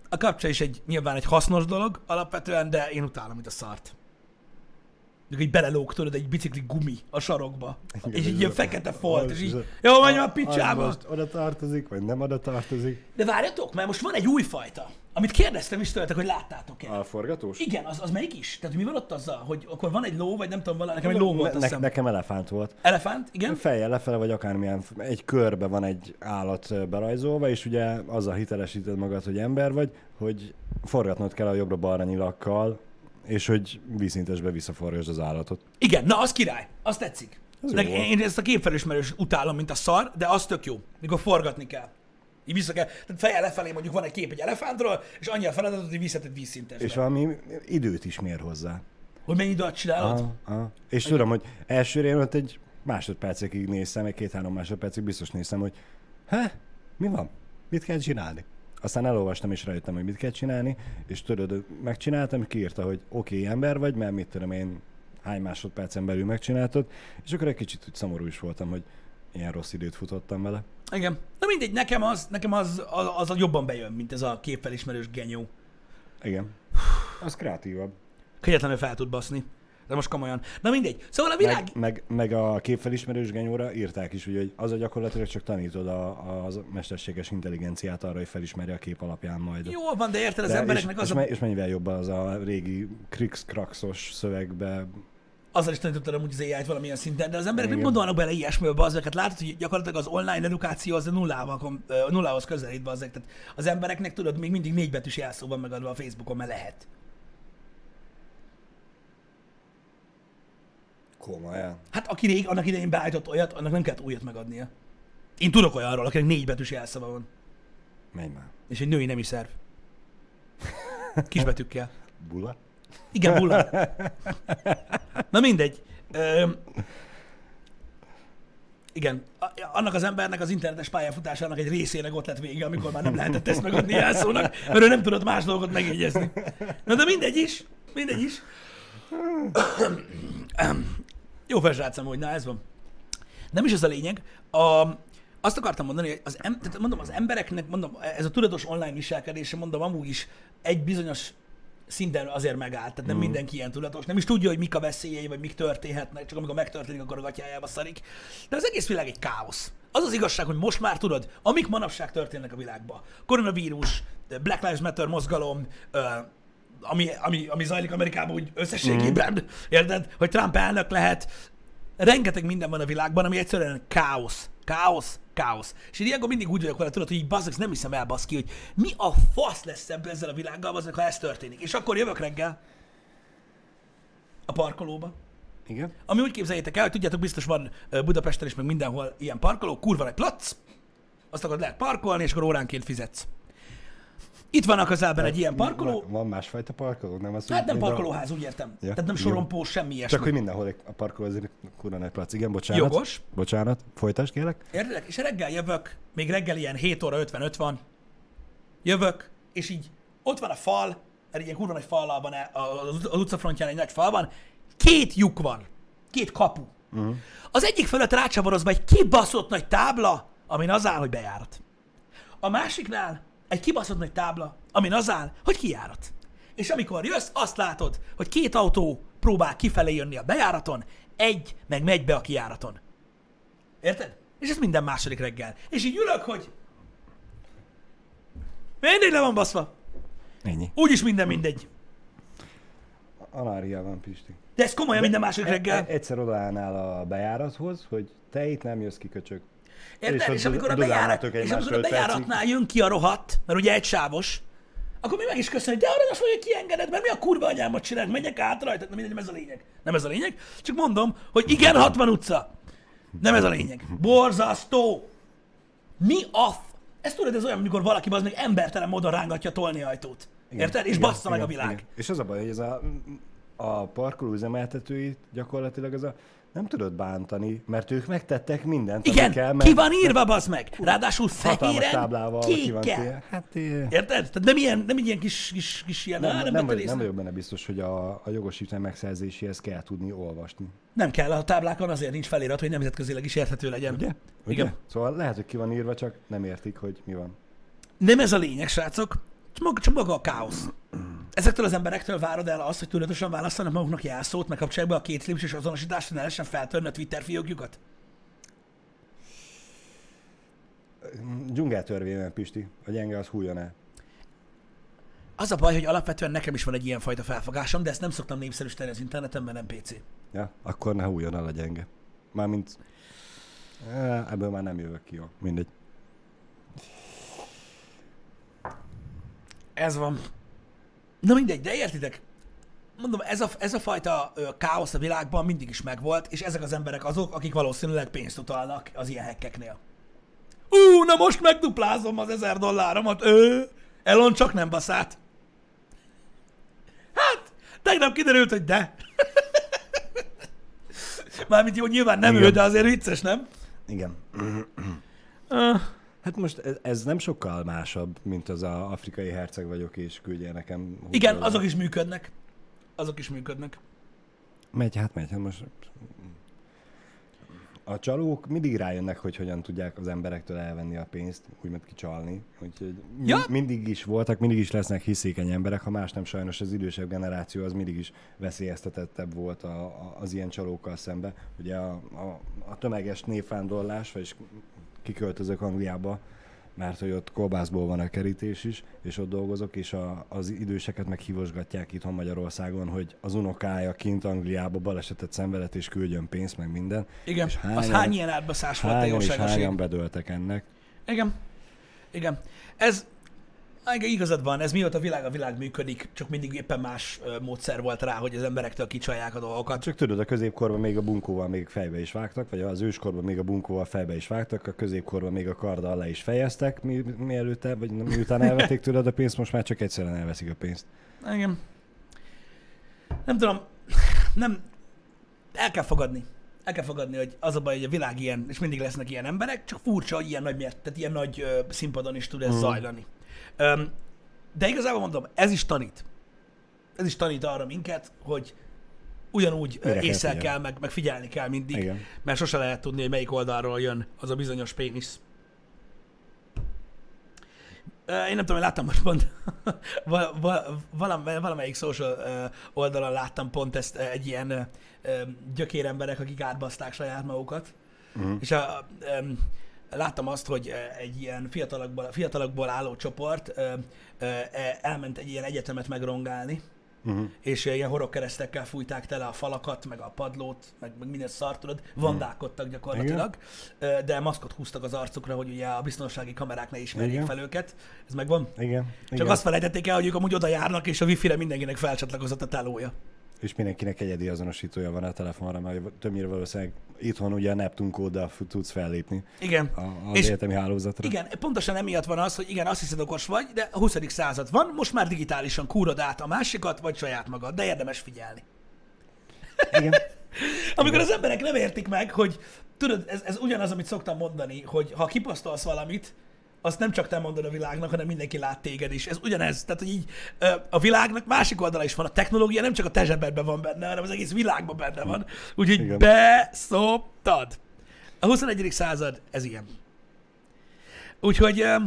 A kapcsa is egy, nyilván egy hasznos dolog alapvetően, de én utálom, mint a szart. Mondjuk így belelóg, tudod, egy bicikli gumi a sarokba. Igen, és így ilyen fekete folt, és így, jó, menj már picsába! Most oda tartozik, vagy nem oda tartozik? De várjatok, mert most van egy új fajta, amit kérdeztem is tőletek, hogy láttátok-e. A forgatós? Igen, az, az melyik is? Tehát mi van ott azzal, hogy akkor van egy ló, vagy nem tudom, valami, nekem egy ló volt, ne, azt hiszem. Nekem elefánt volt. Elefánt, igen? Fejjel lefele, vagy akármilyen, egy körbe van egy állat berajzolva, és ugye azzal hitelesíted magad, hogy ember vagy, hogy forgatnod kell a jobbra-balra nyilakkal, és hogy vízszintesbe visszaforgasd az állatot. Igen, na az király, azt tetszik. Ez De jó én ezt a képfelismerős utálom, mint a szar, de az tök jó, mikor forgatni kell. Így vissza kell, tehát fejjel lefelé mondjuk van egy kép egy elefántról, és annyi a feladatod, hogy visszated vízszintesbe. És valami időt is mér hozzá. Hogy mennyi időt csinálod? Aha, aha. És tudom, hogy elsőre én ott egy másodpercekig néztem, egy két-három másodpercig biztos néztem, hogy há, mi van? Mit kell csinálni? Aztán elolvastam és rájöttem, hogy mit kell csinálni, és tudod, megcsináltam, kiírta, hogy oké, okay, ember vagy, mert mit tudom én, hány másodpercen belül megcsináltad, és akkor egy kicsit úgy szomorú is voltam, hogy ilyen rossz időt futottam vele. Igen. Na mindegy, nekem az, nekem az, az, az a jobban bejön, mint ez a képfelismerős genyó. Igen. Az kreatívabb. Kegyetlenül fel tud baszni. De most komolyan. Na mindegy. Szóval a világ... Meg, meg, meg a képfelismerős genyóra írták is, ugye, hogy az a gyakorlatilag csak tanítod a, a, a mesterséges intelligenciát arra, hogy felismerje a kép alapján majd. Jó van, de érted, az de embereknek és, az és, a... és mennyivel jobb az a régi krix-kraxos szövegbe. Azzal is tanítottad amúgy az á i-t valamilyen szinten, de az emberek nem Igen. gondolnak bele ilyesmibe, bazzeg. Hát látod, hogy gyakorlatilag az online edukáció az nullával, kom- ö, nullához közelít, bazzeg. Tehát az embereknek tudod, még mindig négy betűs jelszó van megadva a Facebookon, mert lehet. Komolyan. Hát aki rég, annak idején beállított olyat, annak nem kellett újat megadnia. Én tudok olyanról, akinek négy betűs jelszava van. Menj már. És egy női nemi szerv. Kisbetűkkel. Bula? Igen, bulla. Na mindegy. Ö, igen, A- annak az embernek az internetes pályafutásának egy részének ott lett vége, amikor már nem lehetett ezt megadni jelszónak, mert ő nem tudott más dolgot megjegyezni. Na de mindegy is, mindegy is. Jó felsrácom, hogy na ez van. Nem is ez a lényeg. A, azt akartam mondani, hogy az, em, tehát mondom, az embereknek, mondom, ez a tudatos online viselkedése, mondom, amúgy is egy bizonyos szinten azért megállt, tehát nem mm. mindenki ilyen tudatos, nem is tudja, hogy mik a veszélyei, vagy mik történhetnek, csak amikor megtörténik, akkor a gatyájába szarik. De az egész világ egy káosz. Az az igazság, hogy most már tudod, amik manapság történnek a világban, koronavírus, Black Lives Matter mozgalom, ami, ami, ami zajlik Amerikában úgy összességében, mm. érted, hogy Trump elnök lehet, rengeteg minden van a világban, ami egyszerűen káosz. Káosz, káosz. És én ilyenkor mindig úgy vagyok vele, tudod, hogy így bazzak, nem hiszem el, baszki, hogy mi a fasz lesz ebből ezzel a világgal, bazzak, ha ez történik. És akkor jövök reggel a parkolóba. Igen. Ami úgy képzeljétek el, hogy tudjátok, biztos van Budapesten is, meg mindenhol ilyen parkoló, kurva nagy plac, azt akarod lehet parkolni, és akkor óránként fizetsz. Itt van a közelben egy ilyen parkoló. Van, van másfajta parkoló? Nem az, Hát nem minden- parkolóház, úgy értem. Ja, Tehát nem jó. sorompós, semmi ilyesmi. Csak hogy mindenhol egy- a parkoló azért kurva nagy plac. Igen, bocsánat. Jogos. Bocsánat. Folytasd, kérlek. Érted? És reggel jövök, még reggel ilyen hét óra ötvenöt van, jövök, és így ott van a fal, mert ilyen kurva nagy fallal van e- az az utcafrontján egy nagy fal van, két lyuk van, két kapu. Uh-huh. Az egyik fölött rácsavarozva egy kibaszott nagy tábla, amin az áll, hogy bejárat. A másiknál egy kibaszott nagy tábla, amin az áll, hogy kijárat. És amikor jössz, azt látod, hogy két autó próbál kifelé jönni a bejáraton, egy meg megy be a kijáraton. Érted? És ez minden második reggel. És így ülök, hogy mindig le van baszva. Ennyi. Úgyis minden mindegy. Alária van, Pisti. De ez komolyan minden második reggel. E- Egyszer odaállnál a bejárathoz, hogy te itt nem jössz ki, köcsög. Érted? ott És amikor a, dudálnátok bejárat, egy és amikor a másfél bejáratnál jön ki a rohadt, mert ugye egy sávos, akkor mi meg is köszönjük, de arra azt mondja, hogy kiengeded, mert mi a kurva anyámat csinálunk, menjek át rajta, nem, nem ez a lényeg. Nem ez a lényeg, csak mondom, hogy igen, hatvan utca. Nem ez a lényeg. Borzasztó. Mi a f... Ezt tudod, ez olyan, amikor valaki az meg embertelen módon rángatja a tolniajtót. Érted? És bassza meg a világ. Igen. És az a baj, hogy ez a, a parkoló üzemeltetőit gyakorlatilag ez a nem tudod bántani, mert ők megtettek mindent, Igen, ami kell, mert, ki van írva, bazd meg! Ráadásul hatalmas fehéren, táblával ki van kékkel. téve. Hát, é... Érted? Tehát nem ilyen, nem ilyen kis, kis, kis ilyen, nem, á, nem, nem, vagy, nem, nem vagyok benne biztos, hogy a, a jogosítvány megszerzéséhez kell tudni olvasni. nem kell, a táblákon azért nincs felirat, hogy nemzetközileg is érthető legyen. Ugye? Igen. Ugye? Szóval lehet, hogy ki van írva, csak nem értik, hogy mi van. Nem ez a lényeg, srácok. Csak maga, csak maga a káosz. Ezektől az emberektől várod el azt, hogy tudatosan választanak maguknak jelszót, meg kapcsolják be a két lépcsős azonosítást, hogy ne lehessen feltörni a Twitter fiókjukat? Dzsungeltörvényben, Pisti. A gyenge az hújjon el. Az a baj, hogy alapvetően nekem is van egy ilyen fajta felfogásom, de ezt nem szoktam népszerűsíteni az interneten, mert nem pé cé. Ja, akkor ne hújjon el a gyenge. Mármint ebből már nem jövök ki, jó. Mindegy. Ez van. Na mindegy, de értitek? Mondom, ez a, ez a fajta ö, káosz a világban mindig is megvolt, és ezek az emberek azok, akik valószínűleg pénzt utalnak az ilyen hackeknél. Ú, na most megduplázom az ezer dolláromat. Ö, Elon csak nem baszát. Hát, tegnap kiderült, hogy de. Mármint jó, nyilván nem Igen. ő, de azért vicces, nem? Igen. Uh, Hát most ez, ez nem sokkal másabb, mint az a afrikai herceg vagyok, és küldje nekem. húsz igen, dollárt. azok is működnek. Azok is működnek. Megy, hát megy. Hát most... A csalók mindig rájönnek, hogy hogyan tudják az emberektől elvenni a pénzt, úgymond kicsalni. Úgyhogy Ja. mi- mindig is voltak, mindig is lesznek hiszékeny emberek, ha más nem, sajnos az idősebb generáció az mindig is veszélyeztetettebb volt a, a, az ilyen csalókkal szembe. Ugye a, a, a tömeges névvándorlás, vagyis kiköltözök Angliába, mert hogy ott kolbászból van a kerítés is, és ott dolgozok, és a, az időseket meghívosgatják itthon Magyarországon, hogy az unokája kint Angliába balesetet szenvedett, és küldjön pénzt, meg minden. Igen, És az hány ilyen átbaszás volt, te hányan és jóságoség. hányan bedőltek ennek. Igen. Igen. Ez, igen, igazad van, ez mióta a világ a világ működik, csak mindig éppen más ö, módszer volt rá, hogy az emberektől kicsalják a dolgokat. Csak tudod, a középkorban még a bunkóval még fejbe is vágtak, vagy az őskorban még a bunkóval fejbe is vágtak, a középkorban még a karddal le is fejeztek, mi, mielőtt, el- vagy miután elvették tőled a pénzt, most már csak egyszerűen elveszik a pénzt. Igen. Nem tudom, nem, el kell fogadni. El kell fogadni, hogy az a baj, hogy a világ ilyen, és mindig lesznek ilyen emberek, csak furcsa, hogy ilyen nagy, mért, tehát ilyen nagy ö, színpadon is tud ez Mhm. zajlani. Öm, de igazából mondom, ez is tanít. Ez is tanít arra minket, hogy ugyanúgy ö, Mire kell észre figyelni. kell, meg, meg figyelni kell mindig, Igen. mert sose lehet tudni, hogy melyik oldalról jön az a bizonyos pénisz. Ö, Én nem tudom, hogy láttam most pont, val- val- valam- valamelyik social ö, oldalon láttam pont ezt, ö, egy ilyen ö, ö, gyökéremberek, akik átbaszták saját magukat, Uh-huh. és a, um, láttam azt, hogy ö, egy ilyen fiatalokból, fiatalokból álló csoport ö, ö, elment egy ilyen egyetemet megrongálni, Uh-huh. és ilyen horogkeresztekkel fújták tele a falakat, meg a padlót, meg, meg minden szart, tudod, vandálkodtak gyakorlatilag, Ö, de maszkot húztak az arcukra, hogy ugye a biztonsági kamerák ne ismerjék Igen. fel őket. Ez megvan. Igen. Csak Igen. azt felejtették el, hogy ők amúgy oda járnak, és a wifi-re mindenkinek felcsatlakozott a telója. És mindenkinek egyedi azonosítója van a telefonra, mert többnyire valószínűleg itthon ugye a Neptune kóddal f- tudsz fellépni Igen. a, az És- egyetemi hálózatra. Igen, pontosan emiatt van az, hogy igen, azt hiszed okos vagy, de a huszadik század van, most már digitálisan kúrod át a másikat, vagy saját magad, de érdemes figyelni. Igen. Amikor az emberek nem értik meg, hogy tudod, ez, ez ugyanaz, amit szoktam mondani, hogy ha kiposztolsz valamit, azt nem csak te mondod a világnak, hanem mindenki lát téged is. Ez ugyanez. Tehát, hogy így ö, a világnak másik oldala is van. A technológia nem csak a te zsebedben van benne, hanem az egész világban benne van. Úgyhogy Igen. beszoptad. A huszonegyedik század, ez ilyen. Úgyhogy ö,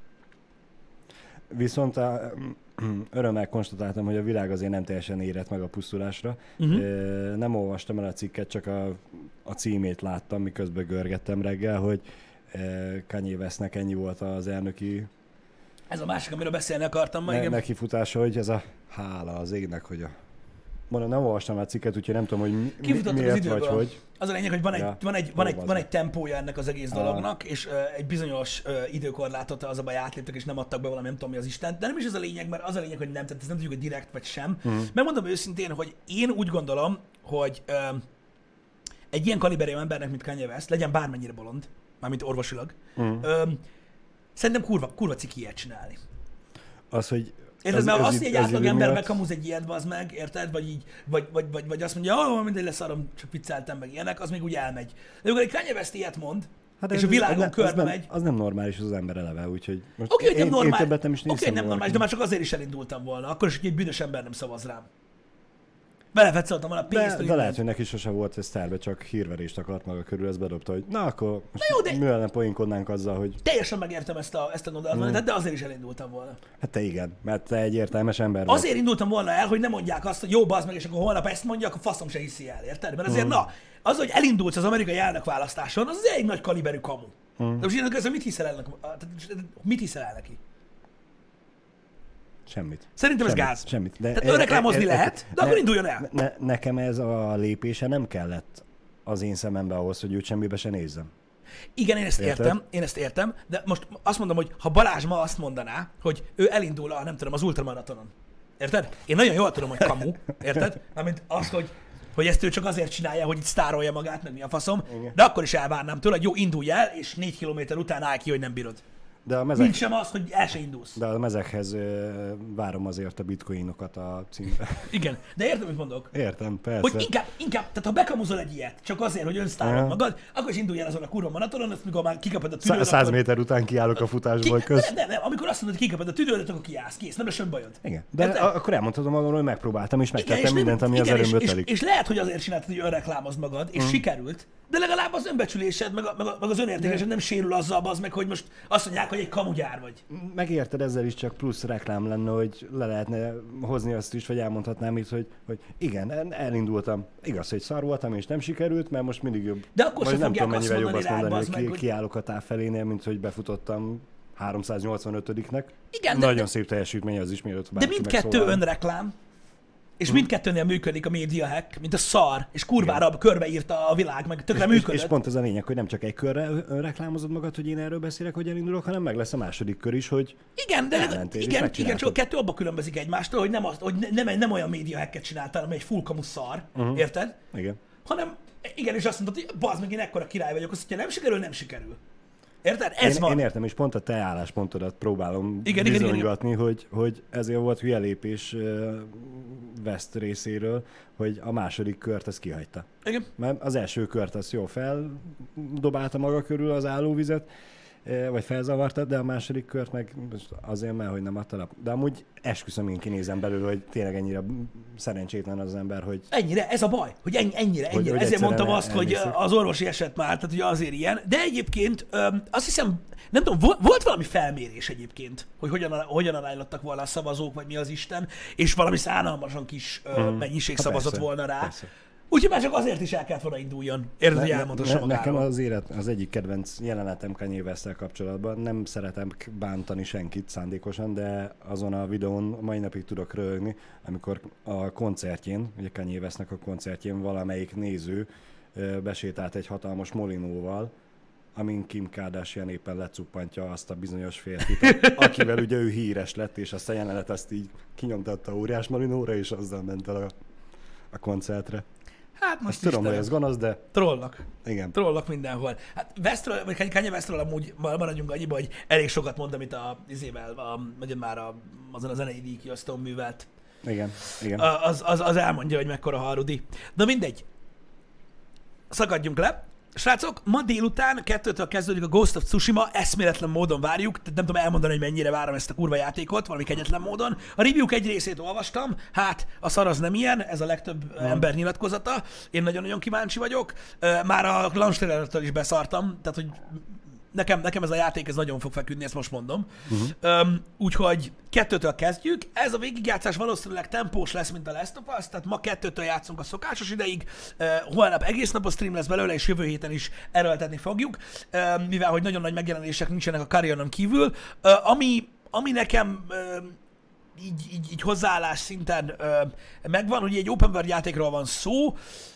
Viszont a, örömmel konstatáltam, hogy a világ azért nem teljesen érett meg a pusztulásra. uh-huh. Ö, Nem olvastam el a cikket, csak a, a címét láttam, miközben görgettem reggel, hogy ö, Kanye Westnek ennyi volt az elnöki ez a másik, amiről beszélni akartam ma, ne, igen. nekifutása, hogy ez a hála az égnek, hogy a... Mondom, nem olvastam el a cikket, úgyhogy nem tudom, hogy mi, mi, Kifutottak az miért időből. vagy hogy. Az a lényeg, hogy van egy, Ja, van egy, van egy, jó, van az egy tempója ennek az egész Ah. dolognak, és uh, egy bizonyos uh, időkorlátot az a baj átléptek, és nem adtak be valami, nem tudom mi az Isten. De nem is ez a lényeg, mert az a lényeg, hogy nem, tehát ezt nem tudjuk, hogy direkt vagy sem. Mhm. Megmondom őszintén, hogy én úgy gondolom, hogy uh, egy ilyen kaliberű embernek, mint Kanye West, legyen bármennyire bolond, mármint orvosilag, Mm. um, szerintem kurva, kurva ciki ilyet csinálni. Az, hogy... Érted, ez- mert ez azt, id- hogy egy ez átlag idő ember miatt- meghamuz egy ilyet, az meg, érted? Vagy így, vagy, vagy, vagy, vagy azt mondja, hogy mindegy lesz, arra csak vicceltem meg ilyenek, az még úgy elmegy. De amikor egy Kanye West ilyet mond, Hát és ez- a világon az, körbe az nem, megy. Az nem normális az, az ember eleve, úgyhogy most Oké, hogy én, nem normál... én többet nem is Oké, néztem. hogy nem volna normális, ki. de már csak azért is elindultam volna. Akkor is, hogy egy büdös ember nem szavaz rám. Belefetszoltam volna pénzt. De, hogy de lehet, innen. hogy neki sose volt ez terve, csak hírverést akart maga körül, ezt bedobta, hogy na akkor most jó, de- mi lenne poénkodnánk azzal, hogy Teljesen megértem ezt a, ezt a gondolatot, mm. de azért is elindultam volna. hát te igen, mert te egy értelmes ember vagy. Azért indultam volna el, hogy ne mondják azt, hogy jó, bazd meg, és akkor holnap ezt mondja, akkor faszom se hiszi el, érted? Mert azért, mm. na, az, hogy elindulsz az amerikai elnökválasztáson, az egy nagy kaliberű kamu. Mm. De most én közben mit hiszel el, neki? mit hiszel el neki? Semmit. Szerintem ez Semmit, gáz. Semmit. De Tehát önreklámozni e- e- lehet, de ne- akkor induljon el. Ne, nekem ez a lépése nem kellett az én szemembe ahhoz, hogy őt semmibe se nézzem. Igen, én ezt Érted? értem, én ezt értem, de most azt mondom, hogy ha Balázs ma azt mondaná, hogy ő elindul a, nem tudom, az ultramaratonon. Érted? Én nagyon jól tudom, hogy kamu, érted? Mármint azt, hogy, hogy ezt ő csak azért csinálja, hogy itt sztárolja magát, meg mi a faszom, Igen. de akkor is elvárnám tőle, hogy jó, indulj el, és négy kilométer után állj ki, hogy nem bírod. De a mezek, Nincs sem az, hogy el se indulsz. de a mezekhez ö, várom azért a bitcoinokat a címbe. Igen, de értem, mit mondok. Értem, persze. Hogy inkább, inkább, tehát ha bekamuzol egy ilyet, csak azért, hogy önsztárolod Aha. magad, akkor is indulj el azon a kurva maratonon, azt mikor már kikapod a Szá- tüdőt, Száz akkor... méter után kiállok a futásból Ki... köz. Nem, nem, nem, amikor azt mondod, hogy kikapod a tüdőt, akkor kiállsz, kész, nem lesz semmi bajod. Igen, de Érted? a- akkor elmondhatom magamról, hogy megpróbáltam, és Igen, megtettem és nem- mindent, ami az igen, és, erőmből és, telik. és lehet, hogy azért csináltad, hogy önreklámozd magad, és mm. sikerült, de legalább az önbecsülésed, meg, a, meg, a, meg az önértékesed nem sérül azzal, az meg, hogy most azt mondják, hogy egy kamugyár vagy. Megérted, ezzel is csak plusz reklám lenne, hogy le lehetne hozni azt is, vagy elmondhatnám itt, hogy, hogy igen, elindultam. Igaz, hogy szar voltam, és nem sikerült, mert most mindig jobb. De akkor vagy se nem fogják tudom, azt mennyivel jobb mondani azt rád, mondani, bazd hogy meg, ki, hogy- kiállok a távfelénél, mint hogy befutottam háromszáznyolcvanötödiknek. Igen, de- Nagyon de- szép teljesítmény az is, mielőtt De bárki mindkettő megszólal. önreklám, és mindkettőnél működik a média hack, mint a szar, és kurvára körbeírta a világ, meg tökre És, és, működött. és pont ez a lényeg, hogy nem csak egy körre reklámozod magad, hogy én erről beszélek, hogy elindulok, hanem meg lesz a második kör is, hogy Igen, de elmentél, és igen, igen, megcsináltad. csak a kettő abba különbözik egymástól, hogy nem, az, hogy ne- nem, nem olyan média hacket csináltál, ami egy full kamu szar, uh-huh. érted? igen. Hanem igen, és azt mondod, hogy bazd meg, én ekkora király vagyok, azt, hogyha nem sikerül, nem sikerül. Érted? Ez Én, van. én értem, és pont a te álláspontodat próbálom Igen, igen, igen, bizonygatni, hogy, hogy ezért volt hülye lépés uh, West részéről, hogy a második kört ezt kihagyta. Igen. Mert az első kört azt jó feldobálta maga körül az állóvizet, eh, vagy felzavarta, de a második kört meg most azért, mert hogy nem adta le. De amúgy esküszöm, én kinézem belül, hogy tényleg ennyire szerencsétlen az ember, hogy Ennyire, ez a baj, hogy ennyi, ennyire, Hogy- ennyire. hogy Ezért egyszerűen mondtam el- azt, hogy elviszik. az orvosi eset már, tehát ugye azért ilyen. De egyébként öm, azt hiszem, nem tudom, vo- volt valami felmérés egyébként, hogy hogyan, hogyan aránylattak volna a szavazók, vagy mi az Isten, és valami szánalmasan kis ö, Mhm. mennyiség Hát szavazott persze, volna rá. persze. Úgyhogy már csak azért is el kellett volna induljon. Érted, hogy elmondhassa ne, nekem magáról. az élet, az egyik kedvenc jelenetem Kanye West-tel kapcsolatban, nem szeretem k- bántani senkit szándékosan, de azon a videón mai napig tudok röhögni, amikor a koncertjén, ugye Kanye Westnek a koncertjén valamelyik néző ö, besétált egy hatalmas molinóval, amin Kim Kardashian éppen lecuppantja azt a bizonyos férfit, akivel ugye ő híres lett, és azt a jelenet azt így kinyomtatta óriás molinóra, és azzal ment el a, a koncertre. Hát most Azt tudom, hogy Istenem, ez gonosz, de trollak. igen. Trollak mindenhol. Hát Westről, vagy Kanye Westről amúgy maradjunk annyiba, hogy elég sokat mond, amit a izével, a, vagy már a, azon a zenei díjkiosztón művelt. Igen, igen. A- Az, az, az elmondja, hogy mekkora harudi. Na mindegy. Szakadjunk le. Srácok, ma délután kettőtől kezdődik a Ghost of Tsushima, eszméletlen módon várjuk, tehát nem tudom elmondani, hogy mennyire várom ezt a kurva játékot, valami kegyetlen módon. A review-k egy részét olvastam, hát a szar az nem ilyen, ez a legtöbb nem. ember nyilatkozata, én nagyon-nagyon kíváncsi vagyok. Ö, Már a launch trailertől is beszartam, tehát hogy nekem, nekem ez a játék ez nagyon fog feküdni, ezt most mondom. Uh-huh. Um, úgyhogy kettőtől kezdjük. Ez a végigjátszás valószínűleg tempós lesz, mint a Last of Us, tehát ma kettőtől játszunk a szokásos ideig, uh, holnap egész napos stream lesz belőle, és jövő héten is erőltetni fogjuk, uh, mivel hogy nagyon nagy megjelenések nincsenek a Carrionon kívül. Uh, ami, ami nekem uh, így, így, így hozzáállás szinten uh, megvan, hogy egy open world játékról van szó,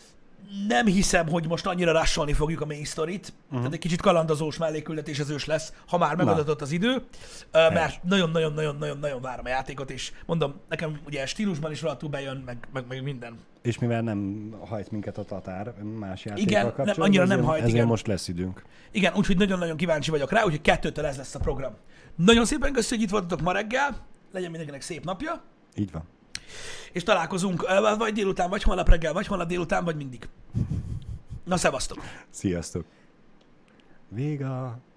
nem hiszem, hogy most annyira rassolni fogjuk a main storyt, uh-huh. tehát egy kicsit kalandozós melléküldetésezős lesz, ha már megadatott az idő, uh, mert nagyon-nagyon-nagyon-nagyon-nagyon várom a játékot, és mondom, nekem ugye stílusban is rohadtul bejön, meg, meg, meg minden. És mivel nem hajt minket a tatár más játékkal Igen, nem- kapcsolatban, annyira nem ezért, hajt, ezért igen. most lesz időnk. Igen, úgyhogy nagyon-nagyon kíváncsi vagyok rá, úgyhogy kettőtől ez lesz a program. Nagyon szépen köszönjük, hogy itt voltatok ma reggel, legyen mindenkinek szép napja, Így van. és találkozunk uh, vagy délután, vagy holnap reggel, vagy holnap délután, vagy mindig. Na, szevasztok! Sziasztok! Véga!